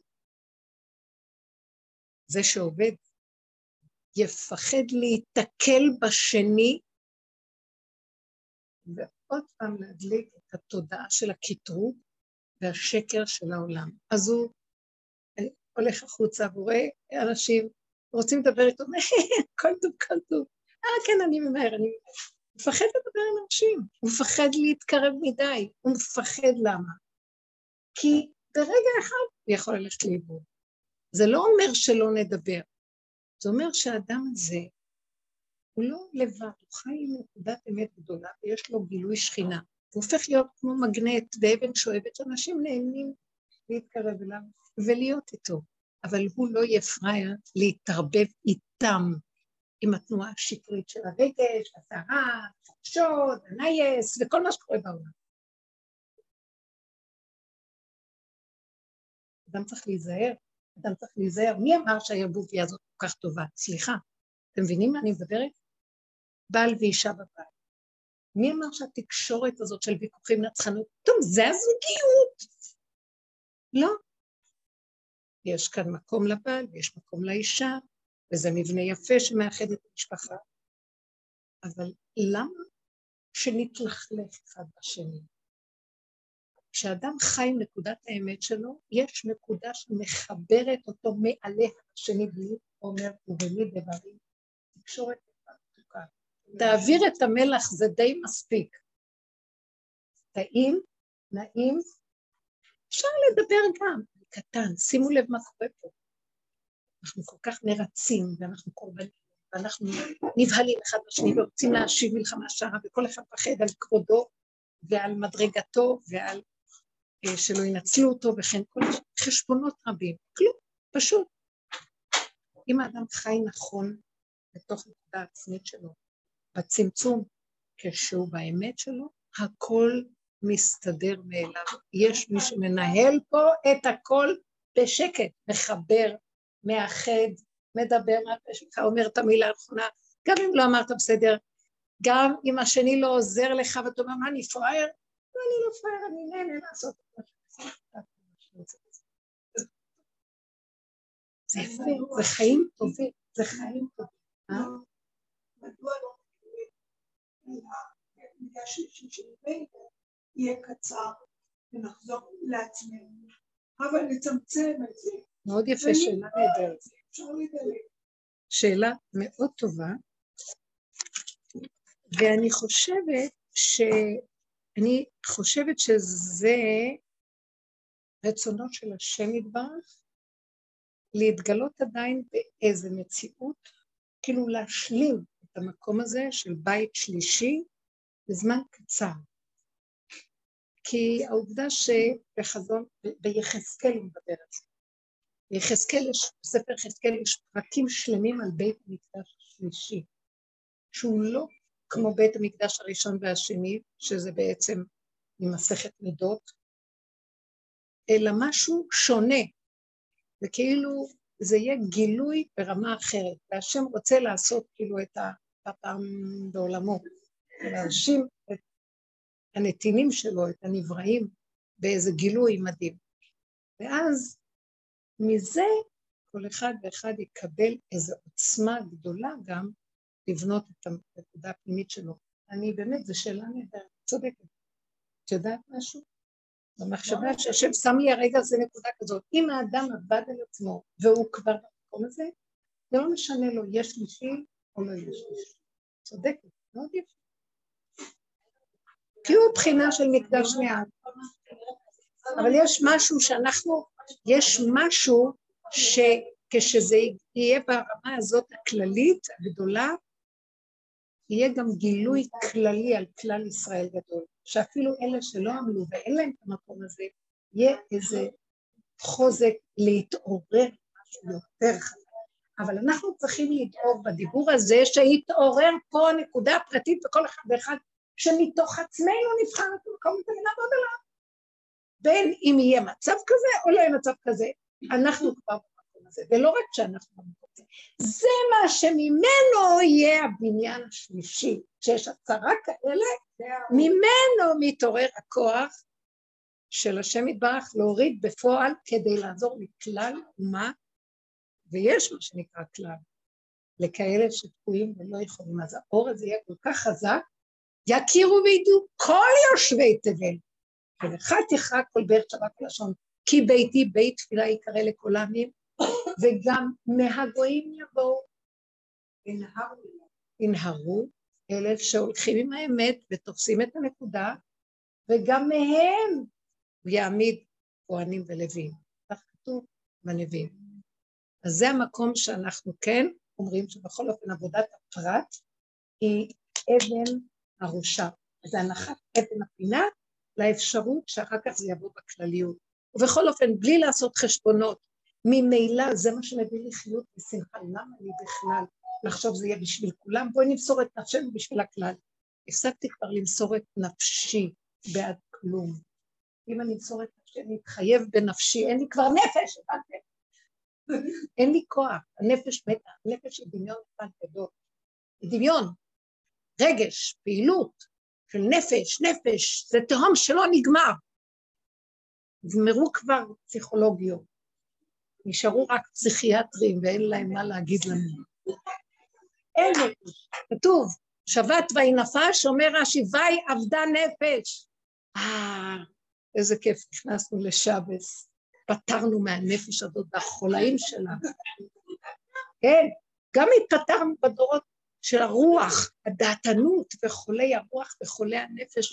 זה שעובד, יפחד להתקל בשני, ועוד פעם להדליק את התודעה של הקיטרוג והשקר של העולם. אז הוא הולך החוצה ורואה אנשים רוצים לדבר איתו, כל טוב, כל טוב. אה, כן, אני ממהר, אני ממהר. הוא מפחד לדבר עם אנשים, הוא מפחד להתקרב מדי, הוא מפחד למה? כי ברגע אחד הוא יכול ללכת לאיבוד. זה לא אומר שלא נדבר, זה אומר שהאדם הזה, הוא לא לבד, הוא חי עם נקודת אמת גדולה, ויש לו גילוי שכינה. הוא הופך להיות כמו מגנט ואבן שואבת, שאנשים נהנים להתקרב אליו ולהיות איתו. אבל הוא לא יהיה פראייר להתערבב איתם, עם התנועה השקרית של הרגש, הסערה, החדשות, הנייס, וכל מה שקורה בעולם. אדם צריך להיזהר, אדם צריך להיזהר. מי אמר שהירבוביה הזאת כל כך טובה? סליחה, אתם מבינים מה אני מדברת? בעל ואישה בבית. מי אמר שהתקשורת הזאת של ויכוחים נצחנות? טוב, זה הזוגיות. לא. יש כאן מקום לבעל, ויש מקום לאישה, וזה מבנה יפה שמאחד את המשפחה. אבל למה שנתלכלך אחד בשני? כשאדם חי עם נקודת האמת שלו, יש נקודה שמחברת אותו מעליה השני, בלי אומר, ובלי דברים. תקשורת מתוקה. תעביר את המלח, זה די מספיק. טעים, נעים, אפשר לדבר גם. קטן, שימו לב מה קורה פה. אנחנו כל כך נרצים, ואנחנו קורבנים, ואנחנו נבהלים אחד בשני, ורוצים להשיב מלחמה שרה, וכל אחד פחד על כבודו, ועל מדרגתו, ועל אה, שלא ינצלו אותו, וכן כל חשבונות רבים. כלום, פשוט. אם האדם חי נכון, בתוך נקודה עצמית שלו, בצמצום, כשהוא באמת שלו, הכל מסתדר מאליו. יש מי שמנהל פה את הכל בשקט, מחבר, מאחד, מדבר מהפה שלך, אומר את המילה האחרונה, גם אם לא אמרת בסדר, גם אם השני לא עוזר לך, ואתה אומר, מה, אני פראייר? לא, אני לא פראייר, אני נהנה לעשות את מה שעושה. זה יפה, זה חיים טובים, זה חיים טובים. מדוע לא מקבלים מידה של בית, יהיה קצר, ונחזור לעצמנו, אבל נצמצם את זה. מאוד יפה, שאלה נהדרת. אפשר לדלג. שאלה מאוד טובה, ואני חושבת ש... אני חושבת שזה רצונו של השם יתברך, להתגלות עדיין באיזה מציאות, כאילו להשלים את המקום הזה של בית שלישי, בזמן קצר. כי העובדה שבחזון, ביחזקאל הוא מדבר על זה. ביחזקאל, בספר יחזקאל יש פרקים שלמים על בית המקדש השלישי, שהוא לא כמו בית המקדש הראשון והשני, שזה בעצם ממסכת מידות, אלא משהו שונה, וכאילו זה יהיה גילוי ברמה אחרת, והשם רוצה לעשות כאילו את הפעם בעולמו, ולהרשים את הנתינים שלו, את הנבראים, באיזה גילוי מדהים. ואז מזה כל אחד ואחד יקבל איזו עוצמה גדולה גם לבנות את הנקודה הפנימית שלו. אני באמת, זו שאלה נהדרת, צודקת. את יודעת משהו? במחשבה שהשם שם לי הרגע זה נקודה כזאת. אם האדם עבד על עצמו והוא כבר במקום הזה, זה לא משנה לו, יש שלישי או לא יש שלישי. צודקת, מאוד יפה. כי הוא בחינה של מקדש מעט. אבל יש משהו שאנחנו, יש משהו שכשזה יהיה ברמה הזאת הכללית, הגדולה, יהיה גם גילוי כללי על כלל ישראל גדול, שאפילו אלה שלא עמלו ואין להם את המקום הזה, יהיה איזה חוזק להתעורר משהו יותר חזק. אבל אנחנו צריכים לדאוג בדיבור הזה, שיתעורר פה נקודה פרטית בכל אחד ואחד, שמתוך עצמנו נבחר את המקום הזה ונעבוד עליו. בין אם יהיה מצב כזה או לא יהיה מצב כזה, אנחנו כבר במקום הזה, ולא רק שאנחנו במקום הזה. זה מה שממנו יהיה הבניין השלישי, שיש הצהרה כאלה, ממנו מתעורר הכוח של השם יתברך להוריד בפועל כדי לעזור לכלל אומה, ויש מה שנקרא כלל, לכאלה שתקועים ולא יכולים. אז האור הזה יהיה כל כך חזק, יכירו וידעו כל יושבי תבל, ולחתיך כל באר שבת לשון, כי ביתי בית תפילה יקרא לכל העמים, וגם מהגויים יבואו, ינהרו, ינהרו, אלה שהולכים עם האמת ותופסים את הנקודה, וגם מהם יעמיד כהנים ולווים. כך כתוב בנביאים. אז זה המקום שאנחנו כן אומרים שבכל אופן עבודת הפרט היא אבן הראשה. אז זה הנחת אבן הפינה לאפשרות שאחר כך זה יבוא בכלליות. ובכל אופן, בלי לעשות חשבונות, ממילא זה מה שמביא לי חיות ושמחה. למה לי בכלל לחשוב זה יהיה בשביל כולם? בואי נמסור את נפשנו בשביל הכלל. הפסקתי כבר למסור את נפשי בעד כלום. אם אני אמסור את נפשי, אני אתחייב בנפשי, אין לי כבר נפש, אין לי כוח, הנפש מתה, הנפש היא דמיון אחד גדול. היא דמיון, רגש, פעילות של נפש, נפש, זה תהום שלא נגמר. נגמרו כבר פסיכולוגיות, נשארו רק פסיכיאטרים ואין להם מה להגיד לנו. אין נפש, כתוב, שבת ואי נפש, אומר השיווי עבדה נפש. אה, איזה כיף, נכנסנו לשבס, פתרנו מהנפש הזאת והחולאים שלה. כן, גם התפתרנו בדורות של הרוח, הדעתנות וחולי הרוח וחולי הנפש.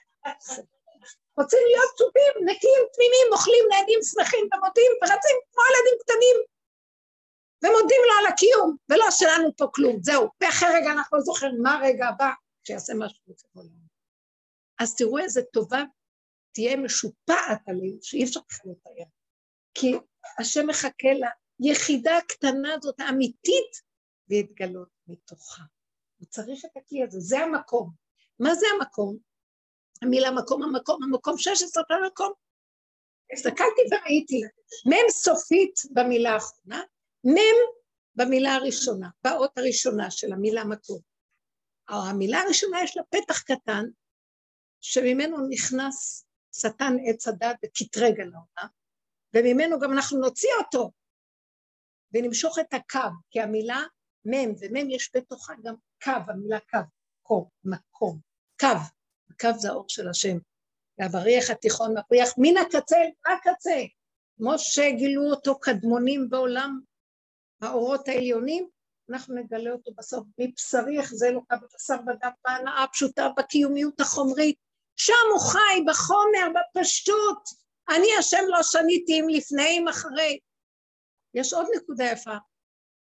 רוצים להיות פשוטים, נקיים, תמימים, אוכלים, נהנים, שמחים ומודים, ורצים כמו ילדים קטנים, ומודים לו על הקיום, ולא שלנו פה כלום, זהו. ואחרי רגע אנחנו לא זוכרים מה הרגע הבא, שיעשה משהו בצבול. אז תראו איזה טובה תהיה משופעת עלינו, שאי אפשר בכלל לתאר. כי השם מחכה ליחידה הקטנה הזאת, האמיתית, והתגלות מתוכה. הוא צריך את הכלי הזה, זה המקום. מה זה המקום? המילה מקום, המקום, המקום שש עשרה פעם מקום. הסתכלתי וראיתי, מם סופית במילה האחרונה, מם במילה הראשונה, באות הראשונה של המילה מקום. המילה הראשונה יש לה פתח קטן, שממנו נכנס שטן עץ הדת וקטרג על העונה, וממנו גם אנחנו נוציא אותו, ונמשוך את הקו, כי המילה מם, ומם יש בתוכה גם קו, המילה קו, קו, מקום, קו, הקו זה האור של השם, והבריח התיכון מבריח מן הקצה אל הקצה, כמו שגילו אותו קדמונים בעולם, האורות העליונים, אנחנו נגלה אותו בסוף, מבשרי יחזה אלוקה בבשר ודם, בהנאה הפשוטה, בקיומיות החומרית, שם הוא חי בחומר, בפשטות, אני השם לא שניתי אם לפני אם אחרי. יש עוד נקודה יפה,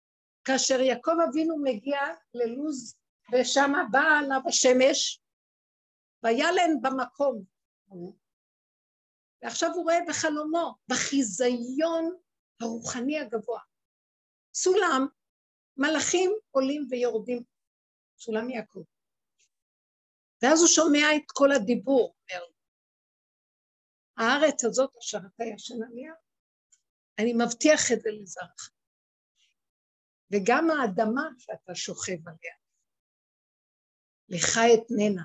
כאשר יעקב אבינו מגיע ללוז, ושם באה עליו השמש, והיה להן במקום. ועכשיו הוא רואה בחלומו, בחיזיון הרוחני הגבוה. סולם, מלאכים עולים ויורדים, סולם יעקב. ואז הוא שומע את כל הדיבור, אומר, הארץ הזאת אשר אתה ישן עליה, אני מבטיח את זה לזרעך. וגם האדמה שאתה שוכב עליה, לך אתננה.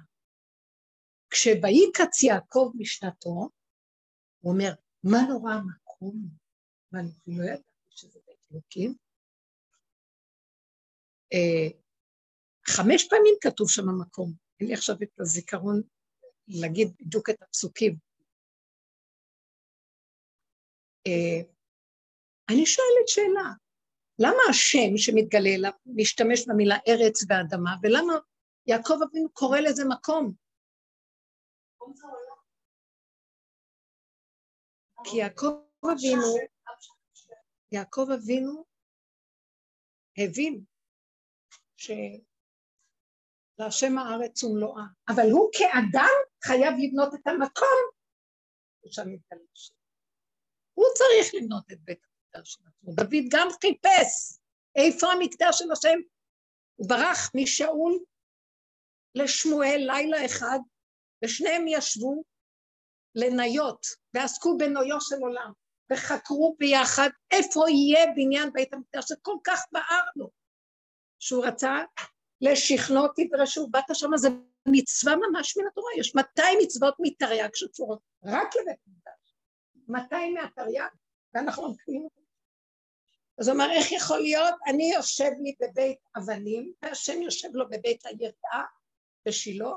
כשביקץ יעקב משנתו, הוא אומר, מה נורא המקום? ואני לא ידעתי שזה בית אלוקים. אה, חמש פעמים כתוב שם המקום. אין לי עכשיו את הזיכרון להגיד בדיוק את הפסוקים. אה, אני שואלת שאלה, למה השם שמתגלה אליו משתמש במילה ארץ ואדמה, ולמה יעקב אבינו קורא לזה מקום? כי יעקב אבינו, יעקב אבינו הבין שלהשם הארץ ומלואה, אבל הוא כאדם חייב לבנות את המקום, ושם מתגלה השם. הוא צריך לבנות את בית המקדש של עצמו. דוד גם חיפש איפה המקדש של השם. הוא ברח משאול לשמואל לילה אחד, ושניהם ישבו לניות, ועסקו בנויו של עולם, וחקרו ביחד איפה יהיה בניין בית המקדש, זה כל כך בער לו, שהוא רצה לשכנו תדרשו, באת שם, זה מצווה ממש מן התורה, יש מאתיים מצוות מתרי"ג שקשורות, רק לבית המקדש, מאתיים מהתרי"ג, ואנחנו מכירים אותם. אז הוא אומר, איך יכול להיות, אני יושב לי בבית אבנים, והשם יושב לו בבית היראה, בשילה,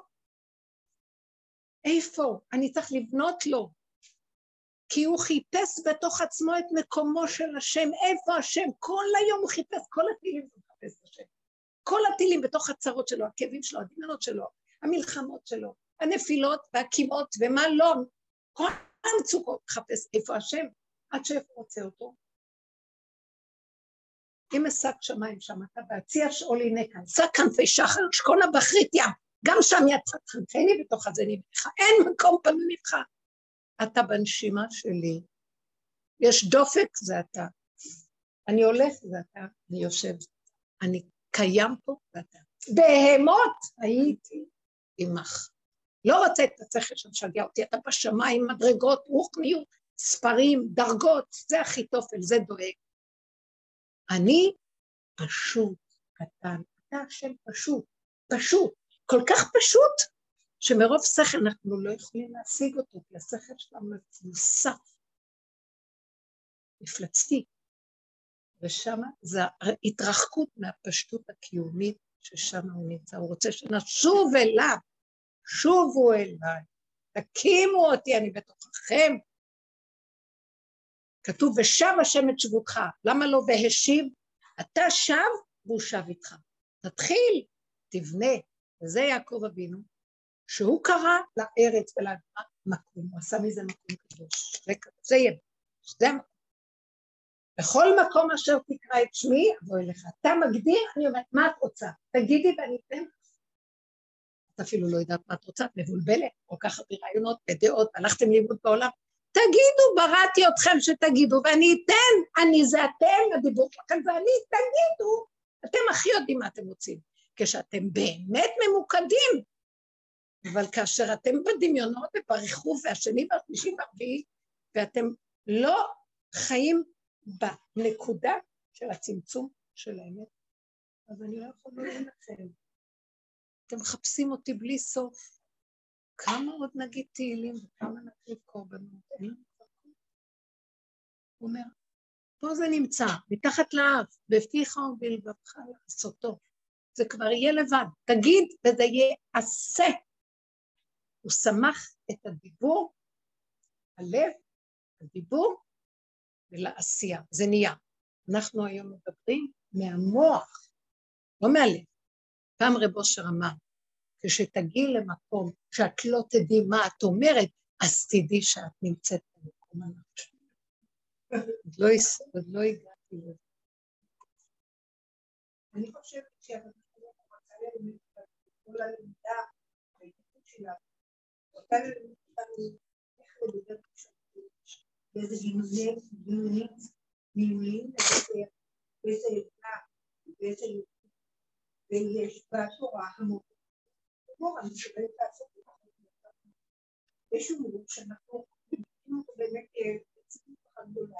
איפה? אני צריך לבנות לו, כי הוא חיפש בתוך עצמו את מקומו של השם, איפה השם? כל היום הוא חיפש, כל הטילים הוא חיפש את השם, כל הטילים בתוך הצרות שלו, הכאבים שלו, הדמיונות שלו, המלחמות שלו, הנפילות והקימות ומה לא, כל המצוקות חפש איפה השם, עד שאיפה רוצה אותו. אם אשק שמיים שם, אתה בהציע שאול הנה כאן, שק כנפי שחר, שכונה באחרית ים, גם שם יצאת חנכני בתוך הזה נמך, אין מקום פנוי ממך. אתה בנשימה שלי, יש דופק, זה אתה. אני הולך, זה אתה, אני יושב, אני קיים פה, זה אתה. בהמות הייתי עמך. לא רוצה את השכל שמשגע אותי, אתה בשמיים, מדרגות, רוחניות, ספרים, דרגות, זה הכי תופל, זה דואג. אני פשוט קטן, אתה השם פשוט, פשוט, כל כך פשוט, שמרוב שכל אנחנו לא יכולים להשיג אותו, כי השכל שלנו מוסף, מפלצתי, ושם זה התרחקות מהפשטות הקיומית, ששם הוא נמצא, הוא רוצה שנשוב אליו, שובו אליי, תקימו אותי, אני בתוככם, כתוב, ושב השם את שבותך, למה לא והשיב? אתה שב והוא שב איתך, תתחיל, תבנה, וזה יעקב אבינו, שהוא קרא לארץ ולמקום, הוא עשה מזה מקום קדוש, זה יהיה, זה המקום. בכל מקום אשר תקרא את שמי, אבוא אליך, אתה מגדיר, אני אומרת, מה את רוצה? תגידי ואני אתן. את אפילו לא יודעת מה את רוצה, את מבולבלת, כל כך הרבה רעיונות ודעות, הלכתם לימוד בעולם, תגידו, בראתי אתכם שתגידו, ואני אתן, אני זה אתם, הדיבור שלכם זה אני, תגידו, אתם הכי יודעים מה אתם רוצים, כשאתם באמת ממוקדים, אבל כאשר אתם בדמיונות ובריחוף, והשני והשלישי והרביעי, ואתם לא חיים בנקודה של הצמצום של האמת, אז אני לא יכול להגיד לכם, אתם מחפשים אותי בלי סוף, כמה עוד נגיד תהילים וכמה נקריב קורבנות, אין לנו קורבנות. הוא אומר, פה זה נמצא, מתחת לאף, בפיך ובלבבך לעשותו, זה כבר יהיה לבד, תגיד וזה יהיה עשה. הוא שמח את הדיבור, הלב, הדיבור ולעשייה, זה נהיה. אנחנו היום מדברים מהמוח, לא מהלב. פעם רב אושר אמר, כשתגיעי למקום שאת לא תדעי מה את אומרת, אז תדעי שאת נמצאת במקום הנפש. עוד לא הגעתי לזה. אני חושבת שאנחנו רוצה ללמד כל הלמידה, ההתפתחות שלה, ואיזה גינונים, גינונים, גינונים, ואיזה עזרה, ואיזה יופי, ויש בתורה המון. כמו אני שואלת לעשות את זה. יש אמור שאנחנו נותנים אותו באמת לציבור הגדולה.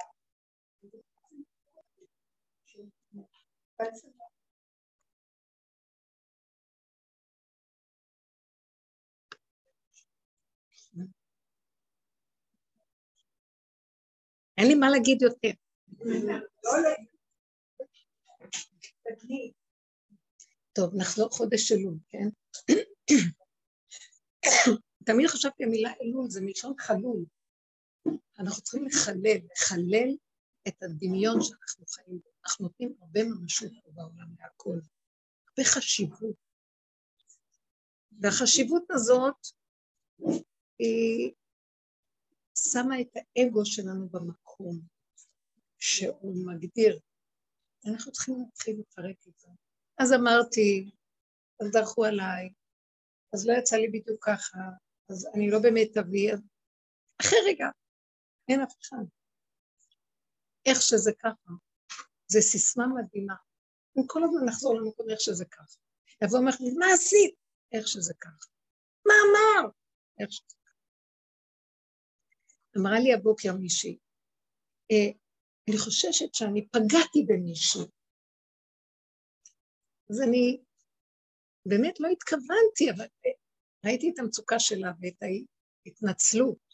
אין לי מה להגיד יותר. טוב, נחזור חודש אלול, כן? תמיד חשבתי המילה אלול, זה מלשון חלול. אנחנו צריכים לחלל, לחלל את הדמיון שאנחנו חיים בו. אנחנו נותנים הרבה ממשות פה בעולם להכל, הרבה חשיבות. והחשיבות הזאת היא שמה את האגו שלנו במקום שהוא מגדיר. אנחנו צריכים להתחיל לפרק את זה. אז אמרתי, אז דרכו עליי, אז לא יצא לי בדיוק ככה, אז אני לא באמת אביא, אחרי רגע, אין אף אחד. איך שזה ככה, זה סיסמה מדהימה. אם כל הזמן נחזור למקום איך שזה ככה. יבוא אומר לי, מה עשית? איך שזה ככה. מה אמר? איך שזה ככה. אמרה לי הבוקר מישהי, אה, אני חוששת שאני פגעתי במישהו. אז אני באמת לא התכוונתי, אבל ראיתי את המצוקה שלה ואת ההתנצלות.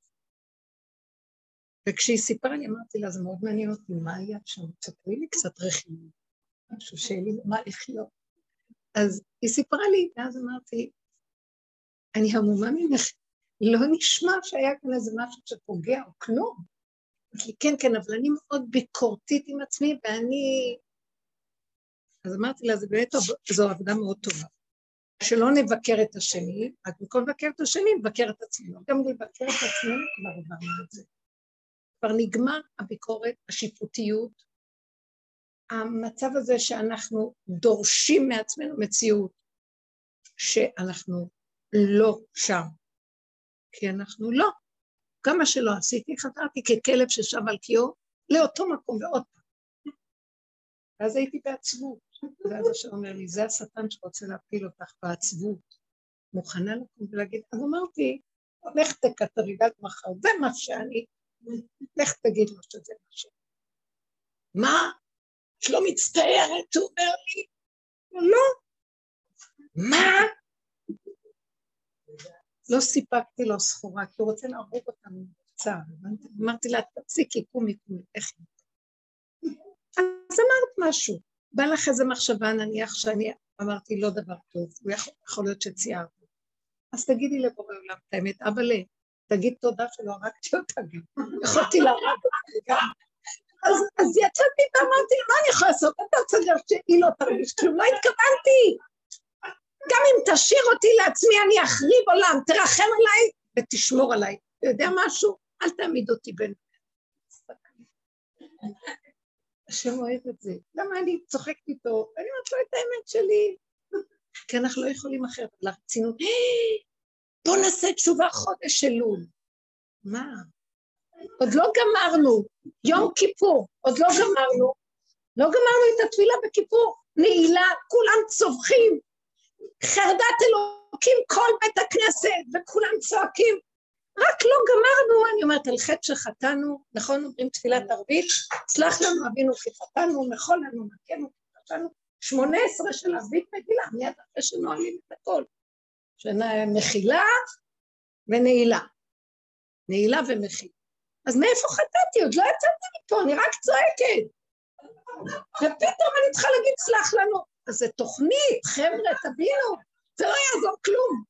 וכשהיא סיפרה לי, אמרתי לה, זה מאוד מעניין אותי, מה היה שם? תספרי לי קצת רכילות, משהו שאלי, מה לחיות? אז היא סיפרה לי, ואז אמרתי, אני המומה ממך, לא נשמע שהיה כאן איזה משהו שפוגע או כלום. אמרתי, כן, כן, אבל אני מאוד ביקורתית עם עצמי, ואני... אז אמרתי לה, זה באמת טוב, זו עבודה מאוד טובה. שלא נבקר את השני, רק במקום לבקר את השני, נבקר את עצמנו. גם לבקר את עצמנו, כבר עברנו את זה. כבר נגמר הביקורת, השיפוטיות, המצב הזה שאנחנו דורשים מעצמנו מציאות, שאנחנו לא שם, כי אנחנו לא. גם מה שלא עשיתי, חזרתי ככלב ששב על קיאו, לאותו מקום ועוד פעם. ואז הייתי בעצבות, ואז השם אומר לי, זה השטן שרוצה להפיל אותך בעצבות, מוכנה לקום ולהגיד, אז אמרתי, לך תקטריגת מחר, זה מה שאני, לך תגיד לו שזה מה שאני. מה? את לא מצטערת, הוא אומר לי, לא. מה? לא סיפקתי לו סחורה, כי הוא רוצה להרוג אותנו בצער. אמרתי לה, תפסיקי, קומי, קומי, איך היא? אז אמרת משהו, בא לך איזה מחשבה, נניח שאני אמרתי לא דבר טוב, הוא יכול, יכול להיות שציירתי. אז תגידי לבורא עולם את האמת, אבל תגיד תודה שלא הרגתי אותה גם, יכולתי להרג אותה גם. אז, אז יצאתי ואמרתי, מה אני יכולה לעשות? אתה צדק שהיא לא תרגיש כלום, לא התכוונתי. גם אם תשאיר אותי לעצמי, אני אחריב עולם, תרחם עליי ותשמור עליי. אתה יודע משהו? אל תעמיד אותי בין. השם אוהב את זה. למה אני צוחקת איתו? אני אומרת לו את האמת שלי. כי אנחנו לא יכולים אחרת לרצינות. בוא נעשה תשובה חודש אלול. מה? עוד לא גמרנו. יום כיפור. עוד לא גמרנו. לא גמרנו את התפילה בכיפור. נעילה, כולם צווחים. חרדת אלוקים כל בית הכנסת, וכולם צועקים. רק לא גמרנו, אני אומרת, על חטא שחטאנו, נכון, אומרים תפילת ערבית, סלח לנו אבינו כי חטאנו, מחול לנו, מכנו, חטאנו, שמונה עשרה של ערבית מגילה, מיד אחרי שנועלים את הכל. מחילה ונעילה. נעילה ומחילה. אז מאיפה חטאתי? עוד לא יצאתי מפה, אני רק צועקת. ופתאום אני צריכה להגיד, סלח לנו. אז זה תוכנית, חבר'ה, תבינו, זה לא יעזור כלום.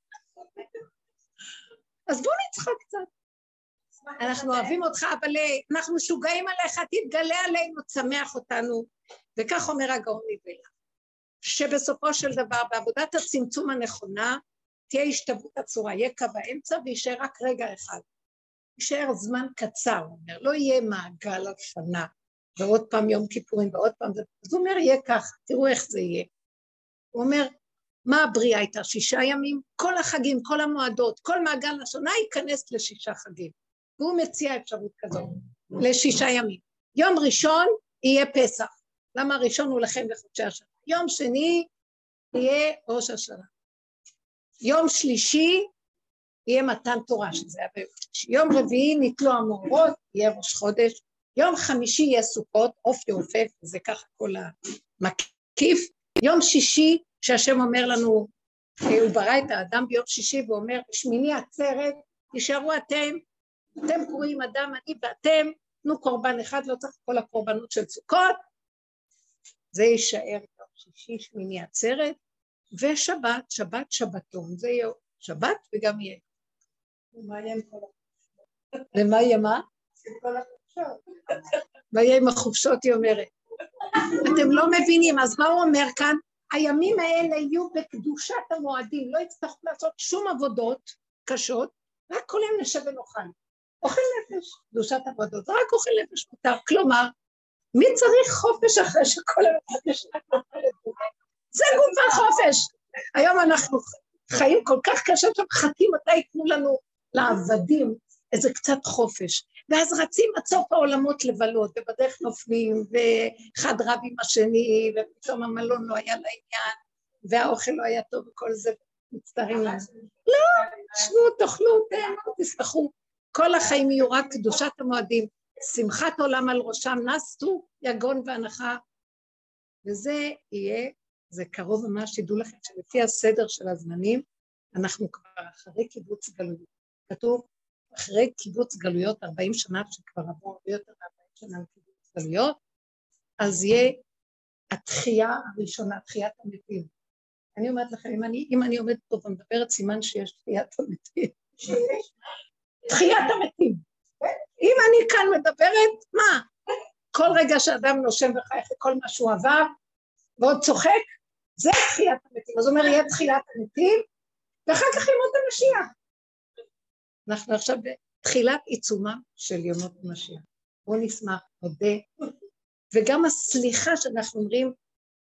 אז בואו נצחק קצת. אנחנו אוהבים אותך, אבל אנחנו משוגעים עליך, תתגלה עלינו, תשמח אותנו. וכך אומר הגאון מביל"א, שבסופו של דבר, בעבודת הצמצום הנכונה, תהיה השתוות הצורה, יהיה קו האמצע, וישאר רק רגע אחד. יישאר זמן קצר, הוא אומר, לא יהיה מעגל על שנה, ועוד פעם יום כיפורים, ועוד פעם, אז הוא אומר, יהיה ככה, תראו איך זה יהיה. הוא אומר, מה הבריאה הייתה? שישה ימים? כל החגים, כל המועדות, כל מעגל השנה ייכנס לשישה חגים. והוא מציע אפשרות כזאת, לשישה ימים. יום ראשון יהיה פסח. למה הראשון הוא לכם בחודשי השנה? יום שני יהיה ראש השנה. יום שלישי יהיה מתן תורה, שזה היה ביום שלישי. יום רביעי נתלו המאורות, יהיה ראש חודש. יום חמישי יהיה סוכות, עוף יעופף, וזה ככה כל המקיף. יום שישי, שהשם אומר לנו, הוא ברא את האדם ביום שישי, ואומר, שמיני עצרת, תישארו אתם, אתם קוראים אדם, אני ואתם, תנו קורבן אחד, לא צריך כל הקורבנות של סוכות, זה יישאר יום שישי, שמיני עצרת, ושבת, שבת שבתון, זה יהיה שבת וגם יהיה. ומה יהיה עם כל החופשות? ומה יהיה מה? עם כל החופשות. מה יהיה עם החופשות, היא אומרת. אתם לא מבינים, אז מה הוא אומר כאן? הימים האלה יהיו בקדושת המועדים, לא יצטרכו לעשות שום עבודות קשות, רק כל הם נשב ונאכל. אוכל נפש, קדושת עבודות, רק אוכל נפש מותר. כלומר, מי צריך חופש אחרי שכל הנפש נאכל? זה גוף החופש. היום אנחנו חיים כל כך קשה, שמחכים מתי ייתנו לנו לעבדים איזה קצת חופש. ואז רצים עד סוף העולמות לבלות, ובדרך נופלים, ואחד רב עם השני, ופתאום המלון לא היה לעניין, והאוכל לא היה טוב, וכל זה מצטערים לנו. לא, שבו, תאכלו, תהנו, תשמחו. כל החיים יהיו רק קדושת המועדים, שמחת עולם על ראשם, נסו, יגון והנחה, וזה יהיה, זה קרוב ממש, שידעו לכם שלפי הסדר של הזמנים, אנחנו כבר אחרי קיבוץ גלויות. כתוב, אחרי קיבוץ גלויות, ארבעים שנה, שכבר עברו הרבה יותר ארבעים שנה לקיבוץ גלויות, אז יהיה התחייה הראשונה, תחיית המתים. אני אומרת לכם, אם אני, אם אני עומדת פה ומדברת, סימן שיש תחיית המתים. תחיית המתים. אם אני כאן מדברת, מה? כל רגע שאדם נושם וחייך כל מה שהוא עבר, ועוד צוחק, זה תחיית המתים. אז הוא אומר, יהיה תחיית המתים, ואחר כך ימות המשיח. אנחנו עכשיו בתחילת עיצומה של ימות המשיח. בואו נשמח, נודה, וגם הסליחה שאנחנו אומרים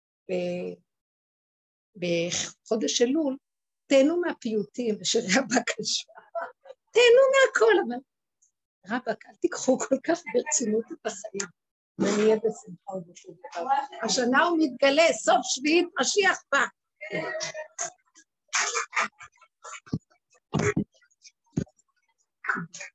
בחודש אלול, תהנו מהפיוטים ושירי הבקשה, תהנו מהכל, אבל רבק, אל תיקחו כל כך ברצינות את החיים, ונהיה בשמחה ובשום דבר. השנה הוא מתגלה, סוף שביעית, משיח בא. Thank you.